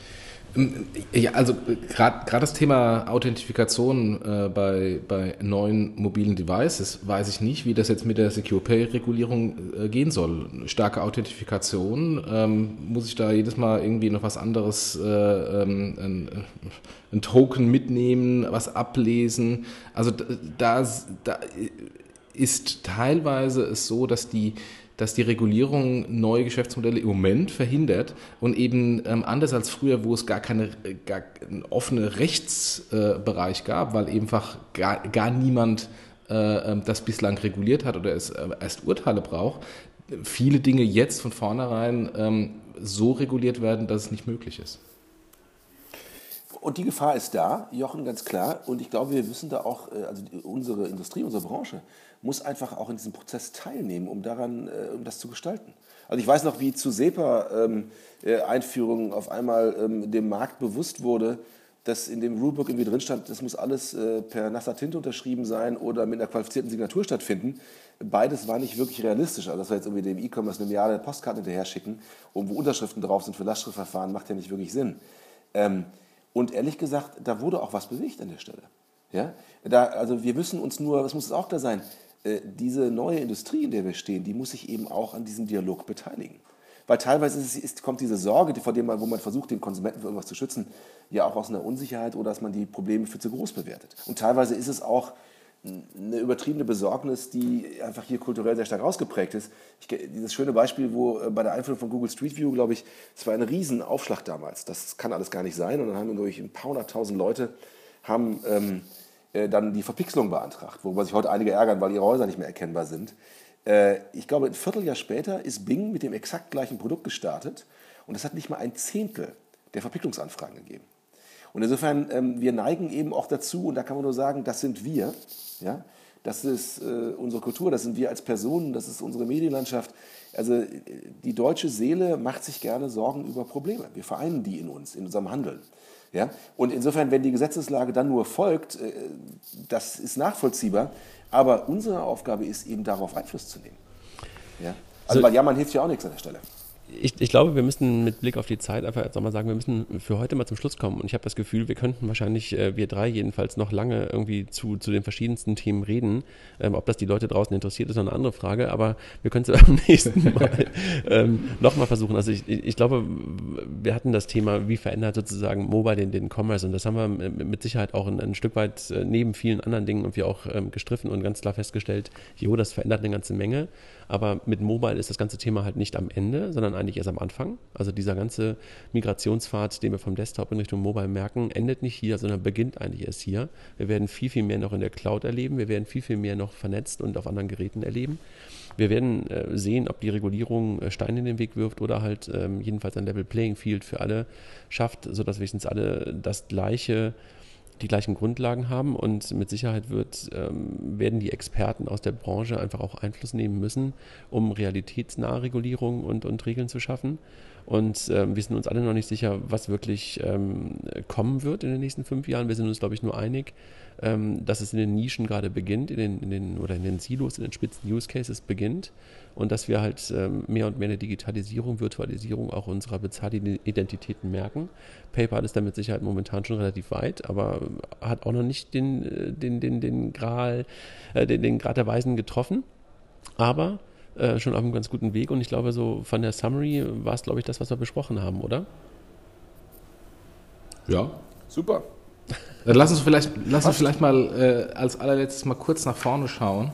Ja, also gerade das Thema Authentifikation bei neuen mobilen Devices, weiß ich nicht, wie das jetzt mit der Secure Pay-Regulierung gehen soll. Starke Authentifikation, muss ich da jedes Mal irgendwie noch was anderes, ein Token mitnehmen, was ablesen. Also da ist teilweise es so, dass die Regulierung neue Geschäftsmodelle im Moment verhindert und eben anders als früher, wo es gar einen offenen Rechtsbereich gab, weil einfach gar niemand das bislang reguliert hat oder es erst Urteile braucht, viele Dinge jetzt von vornherein so reguliert werden, dass es nicht möglich ist. Und die Gefahr ist da, Jochen, ganz klar. Und ich glaube, wir müssen da auch, also unsere Industrie, unsere Branche muss einfach auch in diesem Prozess teilnehmen, um um das zu gestalten. Also ich weiß noch, wie zu SEPA-Einführung auf einmal dem Markt bewusst wurde, dass in dem Rulebook irgendwie drin stand, das muss alles per nasser Tinte unterschrieben sein oder mit einer qualifizierten Signatur stattfinden. Beides war nicht wirklich realistisch. Also dass wir jetzt irgendwie dem E-Commerce eine Milliarde Postkarten hinterher schicken, wo Unterschriften drauf sind für Lastschriftverfahren, macht ja nicht wirklich Sinn. Und ehrlich gesagt, da wurde auch was bewegt an der Stelle. Ja? Also wir müssen uns nur, das muss es auch da sein, diese neue Industrie, in der wir stehen, die muss sich eben auch an diesem Dialog beteiligen. Weil teilweise kommt diese Sorge, wo man versucht, den Konsumenten für irgendwas zu schützen, ja auch aus einer Unsicherheit oder dass man die Probleme für zu groß bewertet. Und teilweise ist es auch eine übertriebene Besorgnis, die einfach hier kulturell sehr stark ausgeprägt ist. Dieses schöne Beispiel, wo bei der Einführung von Google Street View, glaube ich, es war ein Riesenaufschlag damals. Das kann alles gar nicht sein. Und dann haben durch ein paar hunderttausend Leute dann die Verpixelung beantragt, worüber sich heute einige ärgern, weil ihre Häuser nicht mehr erkennbar sind. Ich glaube, ein Vierteljahr später ist Bing mit dem exakt gleichen Produkt gestartet und das hat nicht mal ein Zehntel der Verpixelungsanfragen gegeben. Und insofern, wir neigen eben auch dazu, und da kann man nur sagen, das sind wir, ja? Das ist unsere Kultur, das sind wir als Personen, das ist unsere Medienlandschaft. Also die deutsche Seele macht sich gerne Sorgen über Probleme. Wir vereinen die in uns, in unserem Handeln. Ja? Und insofern, wenn die Gesetzeslage dann nur folgt, das ist nachvollziehbar, aber unsere Aufgabe ist eben darauf Einfluss zu nehmen. Ja? Also weil jammern hilft ja auch nichts an der Stelle. Ich glaube, wir müssen mit Blick auf die Zeit einfach jetzt nochmal sagen, wir müssen für heute mal zum Schluss kommen. Und ich habe das Gefühl, wir könnten wahrscheinlich, wir drei jedenfalls, noch lange irgendwie zu den verschiedensten Themen reden. Ob das die Leute draußen interessiert, ist noch eine andere Frage. Aber wir können es beim nächsten Mal nochmal versuchen. Also ich glaube, wir hatten das Thema, wie verändert sozusagen Mobile den Commerce. Und das haben wir mit Sicherheit auch ein Stück weit neben vielen anderen Dingen irgendwie auch gestriffen und ganz klar festgestellt, das verändert eine ganze Menge. Aber mit Mobile ist das ganze Thema halt nicht am Ende, sondern eigentlich erst am Anfang. Also dieser ganze Migrationspfad, den wir vom Desktop in Richtung Mobile merken, endet nicht hier, sondern beginnt eigentlich erst hier. Wir werden viel, viel mehr noch in der Cloud erleben. Wir werden viel, viel mehr noch vernetzt und auf anderen Geräten erleben. Wir werden sehen, ob die Regulierung Steine in den Weg wirft oder halt jedenfalls ein Level Playing Field für alle schafft, sodass wenigstens alle die gleichen Grundlagen haben und mit Sicherheit werden die Experten aus der Branche einfach auch Einfluss nehmen müssen, um realitätsnahe Regulierung und Regeln zu schaffen. Und wir sind uns alle noch nicht sicher, was wirklich kommen wird in den nächsten 5 Jahren. Wir sind uns, glaube ich, nur einig, dass es in den Nischen gerade beginnt, in den Silos, in den spitzen Use Cases beginnt und dass wir halt mehr und mehr eine Digitalisierung, Virtualisierung auch unserer Bezahlidentitäten merken. PayPal ist da mit Sicherheit momentan schon relativ weit, aber hat auch noch nicht den Grad der Weisen getroffen, aber schon auf einem ganz guten Weg und ich glaube, so von der Summary war es, glaube ich, das, was wir besprochen haben, oder? Ja. Super. Lass uns vielleicht mal als allerletztes mal kurz nach vorne schauen.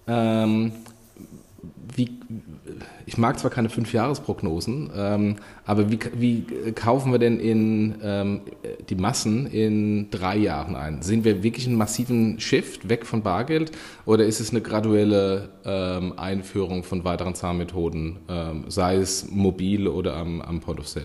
Ich mag zwar keine 5-Jahres-Prognosen, aber wie kaufen wir denn die Massen in 3 Jahren ein? Sehen wir wirklich einen massiven Shift weg von Bargeld oder ist es eine graduelle Einführung von weiteren Zahlmethoden, sei es mobil oder am Point of Sale?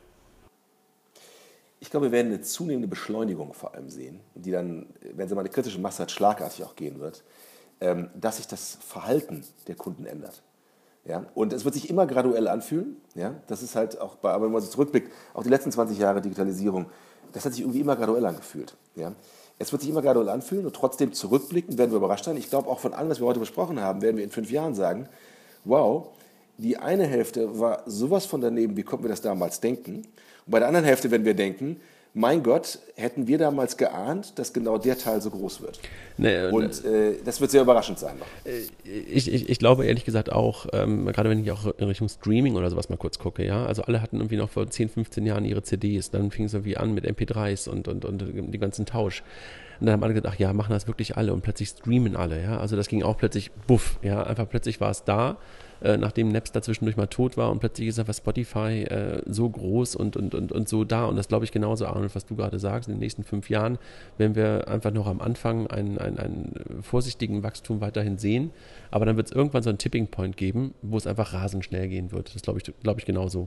Ich glaube, wir werden eine zunehmende Beschleunigung vor allem sehen, die dann, wenn sie mal eine kritische Masse hat, schlagartig auch gehen wird, dass sich das Verhalten der Kunden ändert. Ja? Und es wird sich immer graduell anfühlen. Ja? Das ist halt auch, aber wenn man so zurückblickt, auch die letzten 20 Jahre Digitalisierung, das hat sich irgendwie immer graduell angefühlt. Ja? Es wird sich immer graduell anfühlen und trotzdem zurückblicken, werden wir überrascht sein. Ich glaube, auch von allem, was wir heute besprochen haben, werden wir in 5 Jahren sagen, wow, die eine Hälfte war sowas von daneben, wie konnten wir das damals denken? Und bei der anderen Hälfte werden wir denken, mein Gott, hätten wir damals geahnt, dass genau der Teil so groß wird. Und das wird sehr überraschend sein. Ich glaube ehrlich gesagt auch, gerade wenn ich auch in Richtung Streaming oder sowas mal kurz gucke, ja, also alle hatten irgendwie noch vor 10, 15 Jahren ihre CDs, dann fing es irgendwie an mit MP3s und den ganzen Tausch. Und dann haben alle gedacht, ach ja, machen das wirklich alle und plötzlich streamen alle, ja, also das ging auch plötzlich, buff, ja, einfach plötzlich war es da, nachdem Napster zwischendurch mal tot war und plötzlich ist einfach Spotify so groß und so da und das glaube ich genauso, Arnold, was du gerade sagst, in den nächsten 5 Jahren werden wir einfach noch am Anfang einen vorsichtigen Wachstum weiterhin sehen, aber dann wird es irgendwann so einen Tipping Point geben, wo es einfach rasend schnell gehen wird, das glaube ich genauso.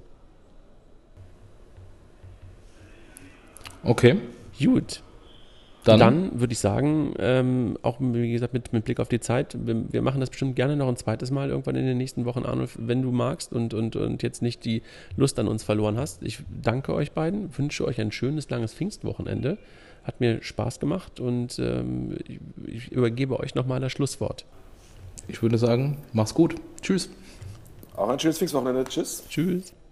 Okay. Gut. Dann würde ich sagen, auch wie gesagt mit Blick auf die Zeit, wir machen das bestimmt gerne noch ein zweites Mal irgendwann in den nächsten Wochen, Arno, wenn du magst und jetzt nicht die Lust an uns verloren hast. Ich danke euch beiden, wünsche euch ein schönes, langes Pfingstwochenende. Hat mir Spaß gemacht und ich übergebe euch nochmal das Schlusswort. Ich würde sagen, mach's gut. Tschüss. Auch ein schönes Pfingstwochenende. Tschüss. Tschüss.